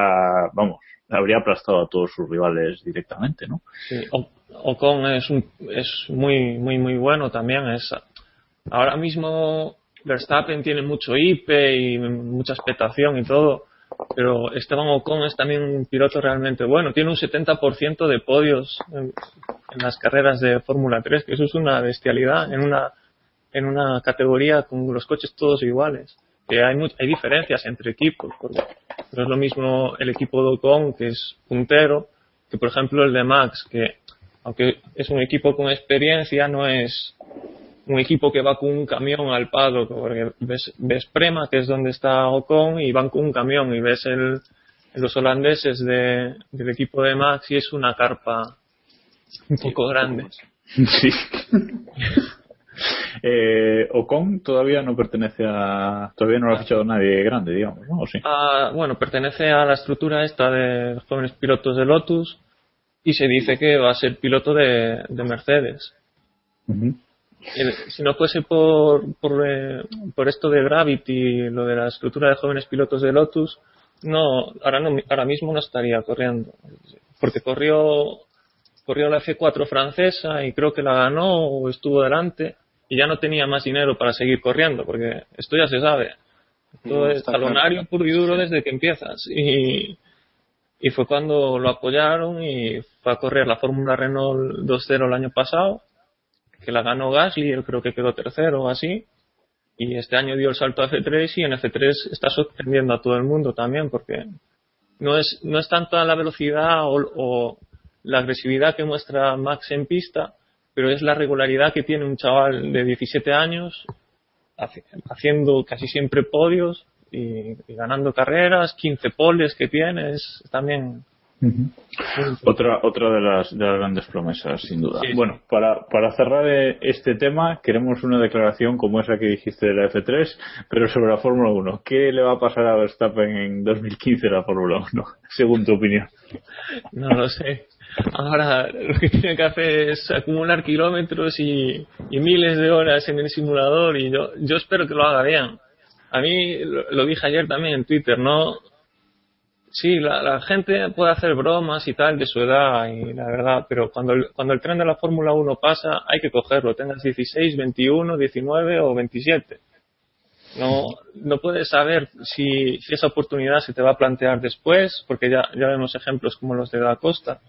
habría aplastado a todos sus rivales directamente, ¿no? Sí, Ocon es muy muy muy bueno también. Ahora mismo Verstappen tiene mucho IP y mucha expectación y todo, pero Esteban Ocon es también un piloto realmente bueno. Tiene un 70% de podios en las carreras de Fórmula 3, que eso es una bestialidad en una categoría con los coches todos iguales. Que hay diferencias entre equipos, porque no es lo mismo el equipo de Ocon, que es puntero, que por ejemplo el de Max, que aunque es un equipo con experiencia, no es un equipo que va con un camión al paddock, porque ves Prema, que es donde está Ocon, y van con un camión, y ves los holandeses del equipo de Max, y es una carpa un poco grande. Sí. Ocon todavía no lo ha fichado nadie grande, digamos, ¿no? ¿O sí? Bueno, pertenece a la estructura esta de los jóvenes pilotos de Lotus, y se dice que va a ser piloto de Mercedes. Uh-huh. Si no fuese por esto de Gravity, lo de la estructura de jóvenes pilotos de Lotus, ahora mismo no estaría corriendo, porque corrió la F4 francesa y creo que la ganó o estuvo delante y ya no tenía más dinero para seguir corriendo, porque esto ya se sabe. Esto es talonario puro y duro desde que empiezas. Y fue cuando lo apoyaron y fue a correr la Fórmula Renault 2.0 el año pasado, que la ganó Gasly, él creo que quedó tercero o así. Y este año dio el salto a F3 y en F3 está sorprendiendo a todo el mundo también, porque no es tanta la velocidad o la agresividad que muestra Max en pista, pero es la regularidad que tiene un chaval de 17 años haciendo casi siempre podios y ganando carreras, 15 poles que tiene, es también Otra de las grandes promesas, sin duda. Sí. Bueno, para cerrar este tema, queremos una declaración como esa que dijiste de la F3, pero sobre la Fórmula 1. ¿Qué le va a pasar a Verstappen en 2015 en la Fórmula 1, según tu opinión? No lo sé. Ahora lo que tiene que hacer es acumular kilómetros y miles de horas en el simulador, y yo espero que lo haga bien. A mí lo dije ayer también en Twitter, ¿no? Sí, la gente puede hacer bromas y tal de su edad, y la verdad, pero cuando el tren de la Fórmula 1 pasa, hay que cogerlo, tengas 16, 21, 19 o 27. No puedes saber si esa oportunidad se te va a plantear después, porque ya vemos ejemplos como los de Da Costa.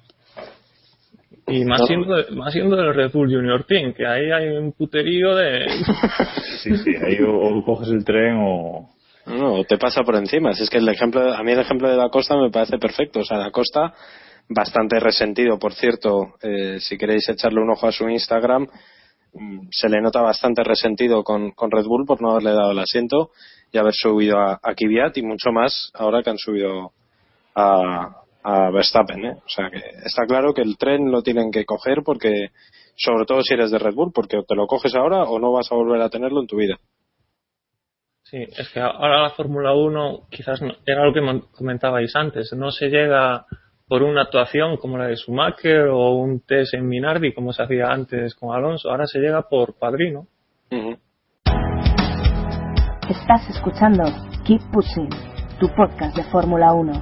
Y más siendo del Red Bull Junior Team, que ahí hay un puterío de... Sí, ahí o coges el tren o... No, te pasa por encima. Si es que a mí el ejemplo de Da Costa me parece perfecto. O sea, Da Costa, bastante resentido, por cierto. Si queréis echarle un ojo a su Instagram, se le nota bastante resentido con Red Bull por no haberle dado el asiento y haber subido a Kvyat, y mucho más ahora que han subido a Verstappen, ¿eh? O sea, que está claro que el tren lo tienen que coger, porque sobre todo si eres de Red Bull, porque o te lo coges ahora o no vas a volver a tenerlo en tu vida. Sí, es que ahora la Fórmula 1 quizás era lo que comentabais antes, no se llega por una actuación como la de Schumacher o un test en Minardi como se hacía antes con Alonso, ahora se llega por padrino. Estás escuchando Keep Pushing, tu podcast de Fórmula 1.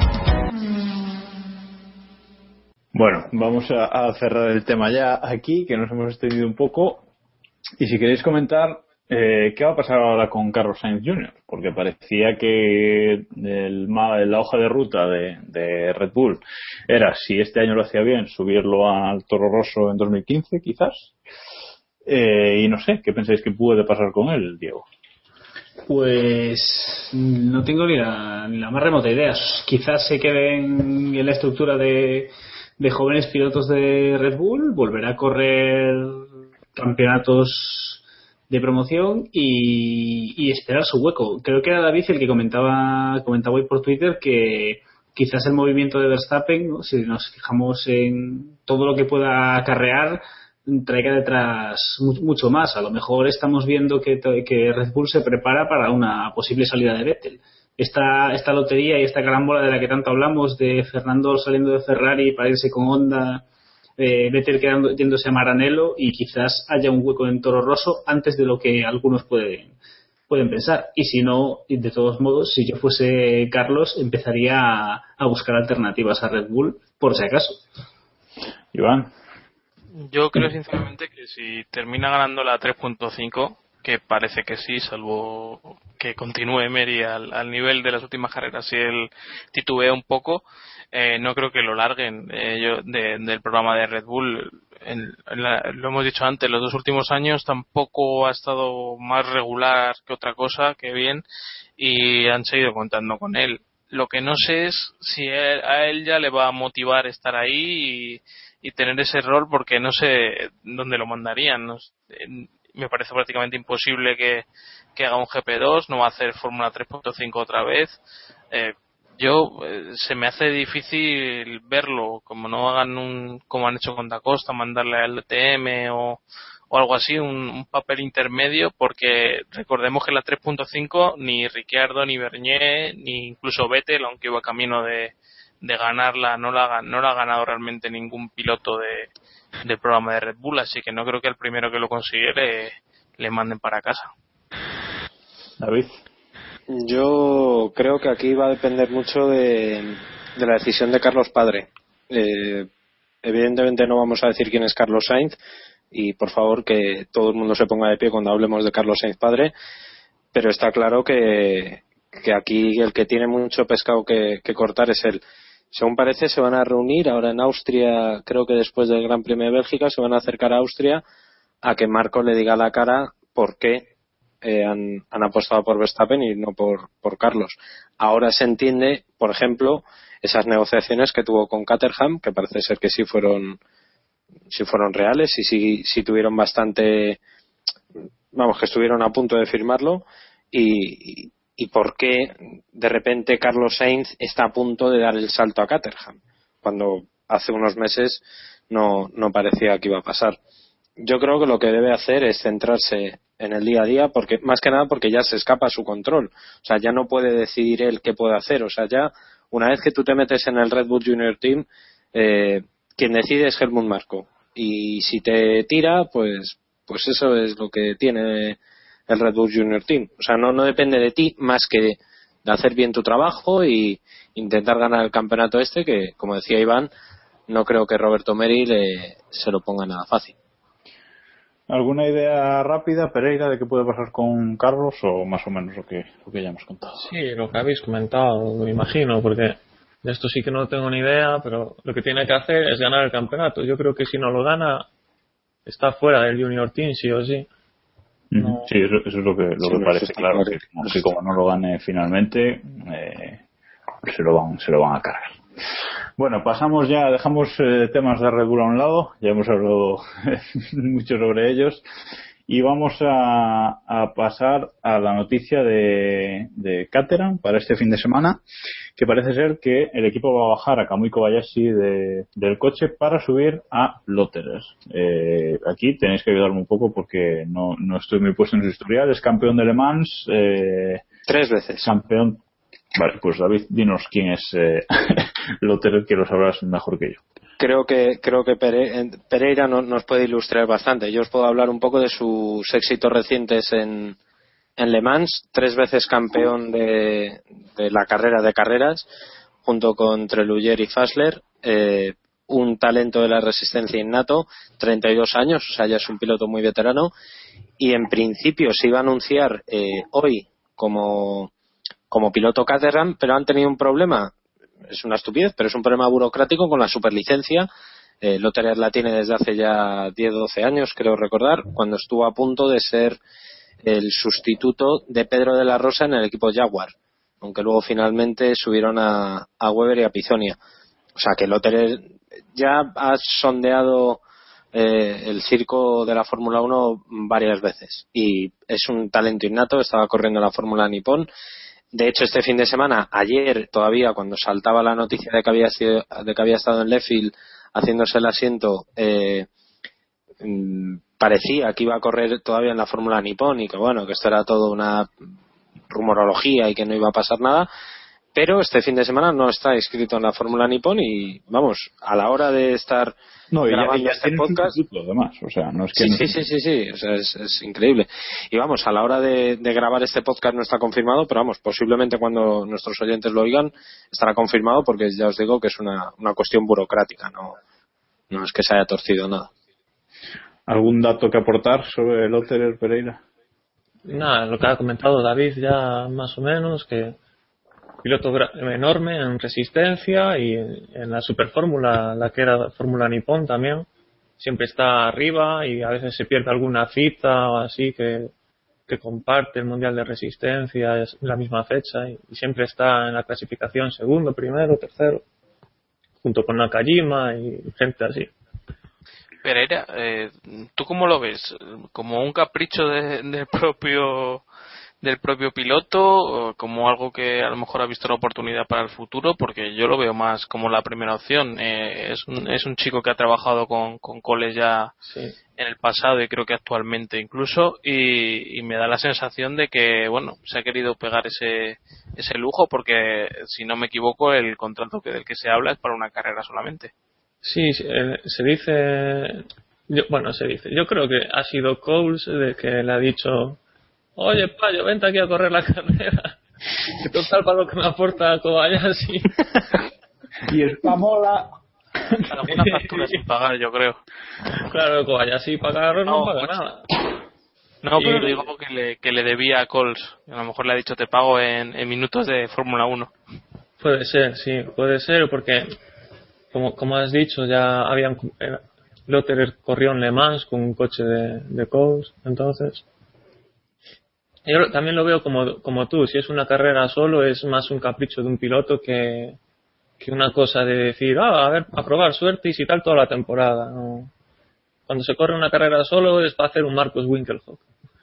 Bueno, vamos a cerrar el tema ya aquí, que nos hemos extendido un poco. Y si queréis comentar qué va a pasar ahora con Carlos Sainz Jr., porque parecía que la hoja de ruta de Red Bull era, si este año lo hacía bien, subirlo al Toro Rosso en 2015 quizás. Y no sé, ¿qué pensáis que puede pasar con él, Diego? Pues no tengo ni la más remota idea. Quizás se quede en la estructura de jóvenes pilotos de Red Bull, volverá a correr campeonatos de promoción y esperar su hueco. Creo que era David el que comentaba hoy por Twitter que quizás el movimiento de Verstappen, ¿no?, si nos fijamos en todo lo que pueda acarrear, traiga detrás mucho más. A lo mejor estamos viendo que Red Bull se prepara para una posible salida de Vettel. Esta lotería y esta carambola de la que tanto hablamos, de Fernando saliendo de Ferrari para irse con Honda, Vettel yéndose a Maranello, y quizás haya un hueco en Toro Rosso antes de lo que algunos pueden pensar. Y si no, de todos modos, si yo fuese Carlos, empezaría a buscar alternativas a Red Bull por si acaso. Iván. Yo creo sinceramente que si termina ganando la 3.5, que parece que sí, salvo que continúe Emery al nivel de las últimas carreras, si él titubea un poco, no creo que lo larguen del programa de Red Bull. Lo hemos dicho antes, los 2 últimos años tampoco ha estado más regular que otra cosa, que bien, y han seguido contando con él. Lo que no sé es si a él ya le va a motivar estar ahí y tener ese rol, porque no sé dónde lo mandarían. Me parece prácticamente imposible que haga un GP2, no va a hacer Fórmula 3.5 otra vez. Se me hace difícil verlo, como no hagan como han hecho con Da Costa, mandarle al DTM o algo así, un papel intermedio, porque recordemos que la 3.5 ni Ricciardo, ni Bernier, ni incluso Vettel, aunque iba camino de ganarla no la ha ganado realmente ningún piloto del programa de Red Bull, así que no creo que el primero que lo consigue le manden para casa. David. Yo creo que aquí va a depender mucho de la decisión de Carlos padre. Evidentemente no vamos a decir quién es Carlos Sainz, y por favor que todo el mundo se ponga de pie cuando hablemos de Carlos Sainz padre, pero está claro que aquí el que tiene mucho pescado que cortar es él. Según parece se van a reunir ahora en Austria, creo que después del Gran Premio de Bélgica se van a acercar a Austria a que Marco le diga a la cara por qué han apostado por Verstappen y no por Carlos. Ahora se entiende, por ejemplo, esas negociaciones que tuvo con Caterham, que parece ser que sí fueron reales y sí tuvieron bastante, vamos, que estuvieron a punto de firmarlo, y por qué de repente Carlos Sainz está a punto de dar el salto a Caterham cuando hace unos meses no parecía que iba a pasar. Yo creo que lo que debe hacer es centrarse en el día a día, porque más que nada porque ya se escapa su control, o sea, ya no puede decidir él qué puede hacer, o sea, ya una vez que tú te metes en el Red Bull Junior Team, quien decide es Helmut Marko, y si te tira, pues eso es lo que tiene el Red Bull Junior Team, o sea, no depende de ti más que de hacer bien tu trabajo y intentar ganar el campeonato que, como decía Iván, no creo que Roberto Merhi se lo ponga nada fácil. ¿Alguna idea rápida, Pereira, de qué puede pasar con Carlos, o más o menos lo que ya hemos contado? Sí, lo que habéis comentado, me imagino, porque de esto sí que no tengo ni idea, pero lo que tiene que hacer es ganar el campeonato. Yo creo que si no lo gana, está fuera del Junior Team, sí o sí. No. Sí, eso es lo que parece claro, que como no lo gane finalmente, se lo van a cargar. Bueno, pasamos ya, dejamos temas de Red Bull a un lado, ya hemos hablado mucho sobre ellos, y vamos a pasar a la noticia de Caterham para este fin de semana, que parece ser que el equipo va a bajar a Kamui Kobayashi del coche para subir a Lotterer. Aquí tenéis que ayudarme un poco porque no estoy muy puesto en su historial. Es campeón de Le Mans, 3 veces. Campeón. Vale, pues David, dinos quién es Lotterer, que lo sabrás mejor que yo. Creo que Pereira nos puede ilustrar bastante. Yo os puedo hablar un poco de sus éxitos recientes en Le Mans, 3 veces campeón de la carrera de carreras, junto con Treluyer y Fassler, un talento de la resistencia innato, 32 años, o sea, ya es un piloto muy veterano, y en principio se iba a anunciar hoy como piloto Caterham, pero han tenido un problema, es una estupidez, pero es un problema burocrático con la superlicencia. Lotterer la tiene desde hace ya 10-12 años, creo recordar, cuando estuvo a punto de ser el sustituto de Pedro de la Rosa en el equipo Jaguar, aunque luego finalmente subieron a Webber y a Pizonia. O sea que Lotterer ya ha sondeado el circo de la Fórmula 1 varias veces y es un talento innato. Estaba corriendo la Fórmula Nippon. De hecho, este fin de semana, ayer todavía, cuando saltaba la noticia de que había estado en Leffield haciéndose el asiento, parecía que iba a correr todavía en la Fórmula Nippon y que bueno, que esto era todo una rumorología y que no iba a pasar nada, pero este fin de semana no está inscrito en la Fórmula Nippon y vamos, a la hora de estar grabando este podcast, además, o sea, no es que sí, o sea, es increíble. Y vamos, a la hora de grabar este podcast no está confirmado, pero vamos, posiblemente cuando nuestros oyentes lo oigan estará confirmado, porque ya os digo que es una cuestión burocrática, no es que se haya torcido nada. ¿Algún dato que aportar sobre Lotterer, Pereira? Nada, lo que ha comentado David ya más o menos, que piloto enorme en resistencia y en la superfórmula, la que era Fórmula Nippon también, siempre está arriba y a veces se pierde alguna cita o así que comparte el Mundial de Resistencia en la misma fecha y siempre está en la clasificación segundo, primero, tercero, junto con Nakajima y gente así. Pereira, ¿tú cómo lo ves? ¿Como un capricho del propio del propio piloto, como algo que a lo mejor ha visto la oportunidad para el futuro, porque yo lo veo más como la primera opción. Es un chico que ha trabajado con Coles ya en el pasado y creo que actualmente incluso, y me da la sensación de que bueno, se ha querido pegar ese lujo, porque si no me equivoco el contrato del que se habla es para una carrera solamente. Sí, se dice, yo creo que ha sido Coles el que le ha dicho: oye, Payo, vente aquí a correr la carrera, que total para lo que me aporta Kobayashi. Y Spamola. Alguna factura sin pagar, yo creo. Claro, Kobayashi pagar no paga nada. No, pero digo que le debía a Coles. A lo mejor le ha dicho: te pago en minutos de Fórmula 1. Puede ser, sí, puede ser, porque como has dicho, ya habían Lotterer corrió en Le Mans con un coche de Coles, entonces yo también lo veo como tú. Si es una carrera solo, es más un capricho de un piloto que una cosa de decir, a ver, a probar suerte y si tal toda la temporada, ¿no? Cuando se corre una carrera solo es para hacer un Marcus Winkelhock.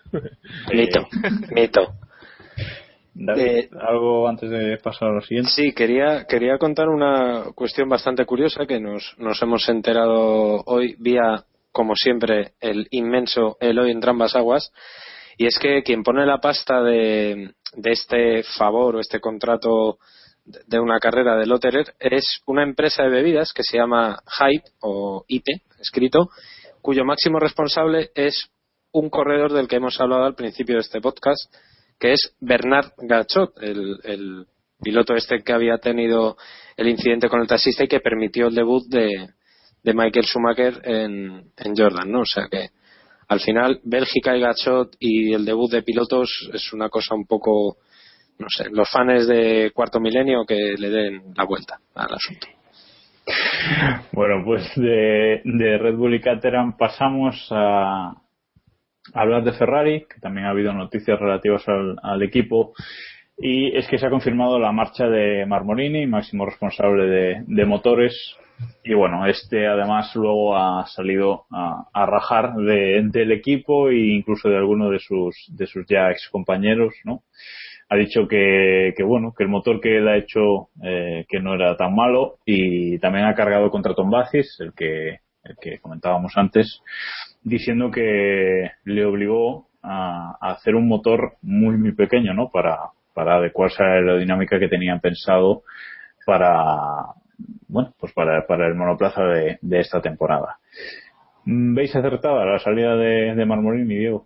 Mito. David, ¿algo antes de pasar a lo siguiente? Sí, quería contar una cuestión bastante curiosa que nos hemos enterado hoy vía, como siempre, el inmenso Eloy en Trambas Aguas, y es que quien pone la pasta de este favor o este contrato de una carrera de Lotterer es una empresa de bebidas que se llama Hype o ITE, escrito, cuyo máximo responsable es un corredor del que hemos hablado al principio de este podcast, que es Bernard Gachot, el piloto que había tenido el incidente con el taxista y que permitió el debut de Michael Schumacher en Jordan, ¿no? O sea que al final Bélgica y Gachot y el debut de pilotos es una cosa un poco, no sé, los fans de Cuarto Milenio que le den la vuelta al asunto. Bueno, pues de Red Bull y Caterham pasamos a hablar de Ferrari, que también ha habido noticias relativas al equipo, y es que se ha confirmado la marcha de Marmorini, máximo responsable de motores, y bueno, además luego ha salido a rajar del equipo e incluso de alguno de sus ya ex compañeros, ¿no? Ha dicho que bueno, que el motor que él ha hecho que no era tan malo, y también ha cargado contra Tom Basis, el que comentábamos antes, diciendo que le obligó a hacer un motor muy muy pequeño, ¿no? Para adecuarse a la aerodinámica que tenían pensado para el monoplaza de esta temporada. ¿Veis acertada la salida de Marmorini, Diego?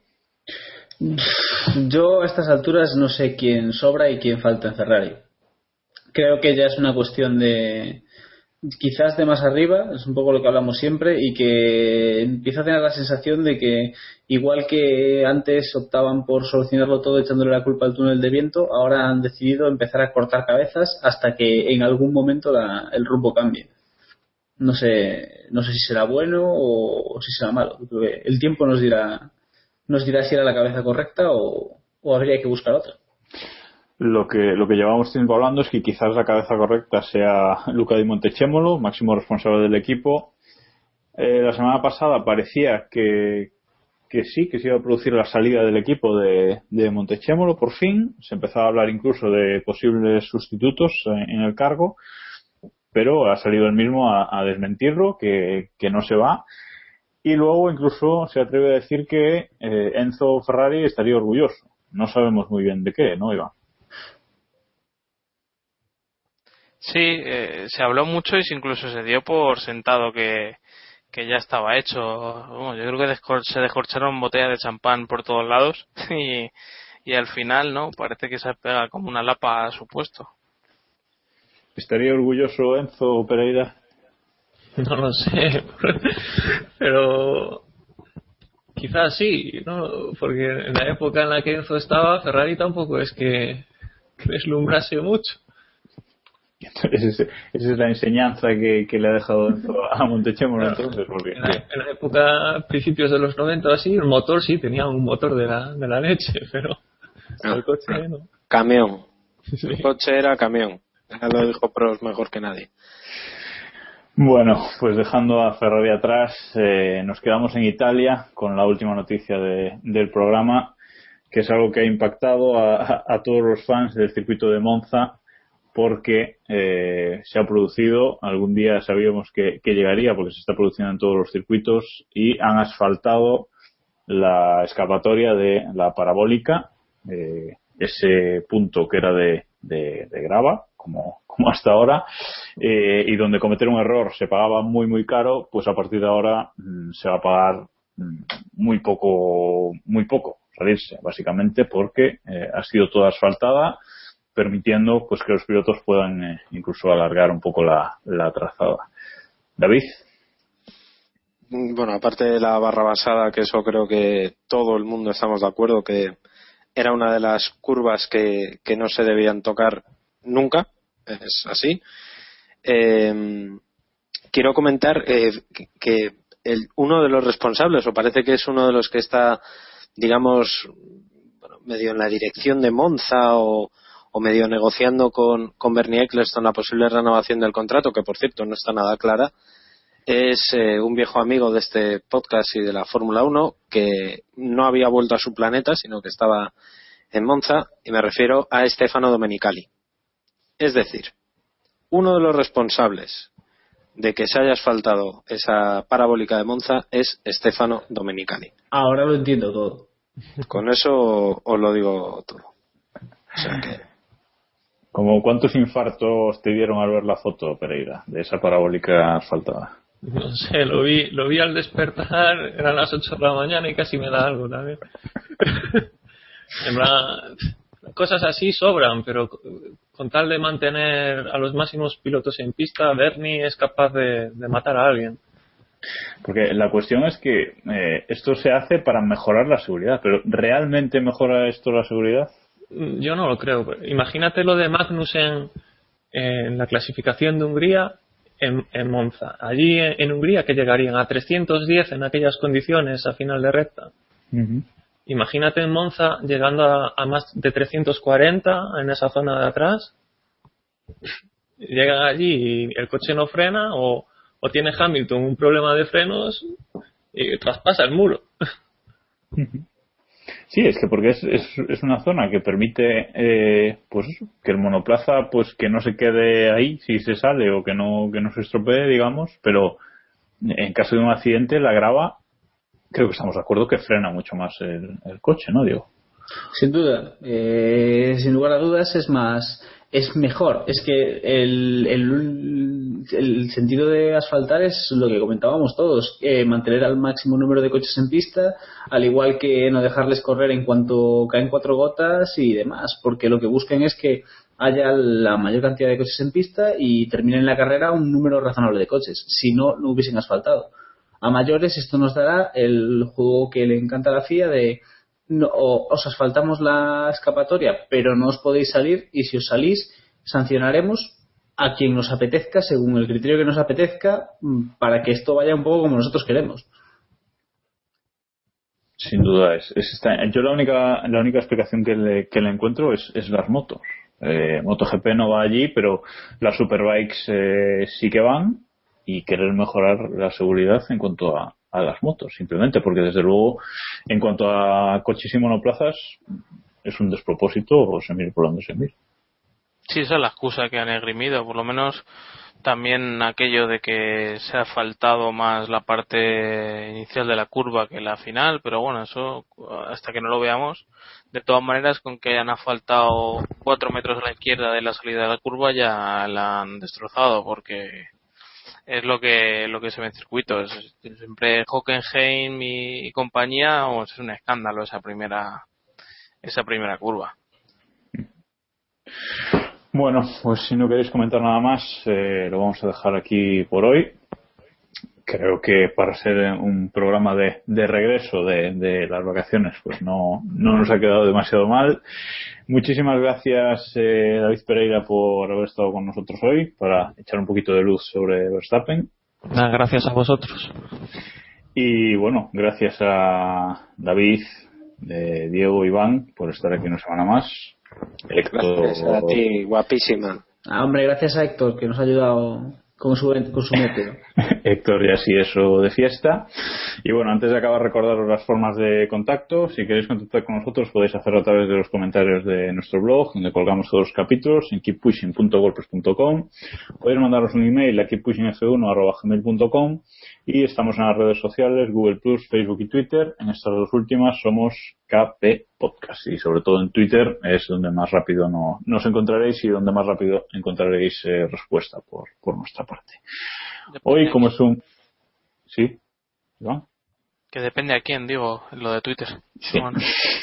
Yo a estas alturas no sé quién sobra y quién falta en Ferrari. Creo que ya es una cuestión de quizás de más arriba, es un poco lo que hablamos siempre, y que empiezo a tener la sensación de que igual que antes optaban por solucionarlo todo echándole la culpa al túnel de viento, ahora han decidido empezar a cortar cabezas hasta que en algún momento el rumbo cambie. No sé si será bueno o si será malo. El tiempo nos dirá si era la cabeza correcta o habría que buscar otra. Lo que llevamos tiempo hablando es que quizás la cabeza correcta sea Luca Di Montechémolo, máximo responsable del equipo. La semana pasada parecía que sí, que se iba a producir la salida del equipo de Montechémolo por fin. Se empezaba a hablar incluso de posibles sustitutos en el cargo, pero ha salido él mismo a desmentirlo, que no se va. Y luego incluso se atreve a decir que Enzo Ferrari estaría orgulloso. No sabemos muy bien de qué, ¿no, Iván? Sí, se habló mucho y incluso se dio por sentado que ya estaba hecho. Bueno, yo creo que se descorcharon botellas de champán por todos lados y al final, ¿no? Parece que se pega como una lapa a su puesto. ¿Estaría orgulloso Enzo Pereira? No lo sé, pero quizás sí, ¿no? Porque en la época en la que Enzo estaba, Ferrari tampoco es que deslumbrase mucho. Esa es la enseñanza que le ha dejado Enzo a Montechémolo, claro. Entonces, porque en la época, principios de los 90 o así, el motor sí tenía un motor de la leche, pero el coche no. Camión. Sí. El coche era camión. Ya lo dijo Prost mejor que nadie. Bueno, pues dejando a Ferrari atrás, nos quedamos en Italia con la última noticia del programa, que es algo que ha impactado a todos los fans del circuito de Monza, porque se ha producido, algún día sabíamos que llegaría, porque se está produciendo en todos los circuitos, y han asfaltado la escapatoria de la parabólica, ese punto que era de grava, como hasta ahora, y donde cometer un error se pagaba muy muy caro, pues a partir de ahora se va a pagar muy poco salirse, básicamente porque ha sido toda asfaltada, permitiendo pues que los pilotos puedan incluso alargar un poco la trazada. David. Bueno, aparte de la barra basada, que eso creo que todo el mundo estamos de acuerdo que era una de las curvas que no se debían tocar nunca, es así. Quiero comentar que uno de los responsables, o parece que es uno de los que está, digamos, bueno, medio en la dirección de Monza o medio negociando con Bernie Ecclestone la posible renovación del contrato, que por cierto no está nada clara, es un viejo amigo de este podcast y de la Fórmula 1 que no había vuelto a su planeta, sino que estaba en Monza, y me refiero a Stefano Domenicali. Es decir, uno de los responsables de que se haya asfaltado esa parabólica de Monza es Stefano Domenicali. Ahora lo entiendo todo. Con eso os lo digo todo. O sea que... ¿Como cuántos infartos te dieron al ver la foto, Pereira, de esa parabólica asfaltada? No sé, lo vi al despertar, eran las 8 de la mañana y casi me da algo también. En plan, cosas así sobran, pero con tal de mantener a los máximos pilotos en pista, Bernie es capaz de matar a alguien. Porque la cuestión es que esto se hace para mejorar la seguridad, pero ¿realmente mejora esto la seguridad? Yo no lo creo. Imagínate lo de Magnussen en la clasificación de Hungría en Monza. Allí en Hungría, que llegarían a 310 en aquellas condiciones a final de recta. Uh-huh. Imagínate en Monza llegando a más de 340 en esa zona de atrás. Llegan allí y el coche no frena o tiene Hamilton un problema de frenos y traspasa el muro. Sí, es que porque es una zona que permite pues eso, que el monoplaza pues que no se quede ahí si se sale o que no se estropee, digamos, pero en caso de un accidente la grava, creo que estamos de acuerdo que frena mucho más el coche, ¿no, Diego? Sin duda, sin lugar a dudas es mejor. Es que el sentido de asfaltar es lo que comentábamos todos, mantener al máximo número de coches en pista, al igual que no dejarles correr en cuanto caen 4 gotas y demás, porque lo que buscan es que haya la mayor cantidad de coches en pista y terminen la carrera un número razonable de coches, si no hubiesen asfaltado. A mayores esto nos dará el juego que le encanta a la FIA de no, os asfaltamos la escapatoria pero no os podéis salir, y si os salís sancionaremos a quien nos apetezca según el criterio que nos apetezca, para que esto vaya un poco como nosotros queremos. Sin duda yo la única explicación que le encuentro es las motos. MotoGP no va allí, pero las Superbikes sí que van, y querer mejorar la seguridad en cuanto a las motos, simplemente porque desde luego en cuanto a coches y monoplazas es un despropósito, o se mire por donde se mire. Sí, esa es la excusa que han esgrimido, por lo menos también aquello de que se ha faltado más la parte inicial de la curva que la final, pero bueno, eso hasta que no lo veamos. De todas maneras, con que hayan faltado 4 metros a la izquierda de la salida de la curva ya la han destrozado, porque es lo que se ve en circuitos. Siempre Hockenheim y compañía, es un escándalo esa primera curva. Bueno, pues si no queréis comentar nada más, lo vamos a dejar aquí por hoy. Creo que para ser un programa de regreso de las vacaciones, pues no nos ha quedado demasiado mal. Muchísimas gracias, David Pereira, por haber estado con nosotros hoy para echar un poquito de luz sobre Verstappen. Gracias a vosotros. Y bueno, gracias a David, Diego, Iván por estar aquí una semana más. Gracias a ti, guapísima. Hombre, gracias a Héctor, que nos ha ayudado con su método. Héctor, y así eso de fiesta. Y bueno, antes de acabar, recordaros las formas de contacto. Si queréis contactar con nosotros, podéis hacerlo a través de los comentarios de nuestro blog, donde colgamos todos los capítulos, en keeppushing.wordpress.com. Podéis mandarnos un email a keeppushingf1@gmail.com, y estamos en las redes sociales, Google+, Facebook y Twitter. En estas dos últimas somos KP Podcast, y sobre todo en Twitter es donde más rápido nos encontraréis y donde más rápido encontraréis respuesta por nuestra parte. Hoy, como es un... ¿Sí? ¿No? Que depende a quién, digo, lo de Twitter. Sí. Bueno.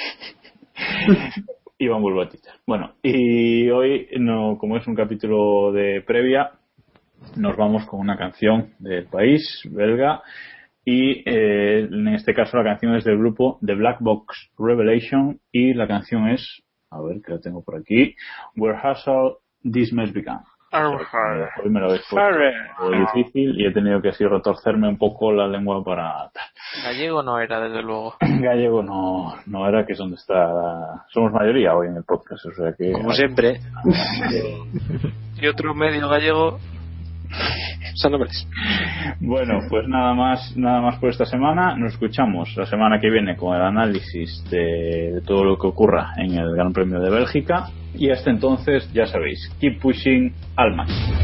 Iván vuelve a Twitter. Bueno, y hoy, como es un capítulo de previa, nos vamos con una canción del país belga, y en este caso la canción es del grupo The Black Box Revelation, y la canción es, a ver que la tengo por aquí, Where Has All This Mess Begun. Hoy me lo habéis puesto difícil y he tenido que así retorcerme un poco la lengua para tal. Gallego no era, desde luego. Gallego no era, que es donde está. Somos mayoría hoy en el podcast, o sea que. Como siempre. Y otro medio gallego. Son nombres. Bueno, pues nada más por esta semana. Nos escuchamos la semana que viene con el análisis de todo lo que ocurra en el Gran Premio de Bélgica. Y hasta entonces, ya sabéis, keep pushing al máximo.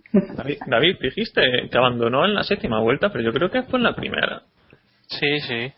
David, dijiste que abandonó en la 7ª vuelta, pero yo creo que fue en la primera. Sí.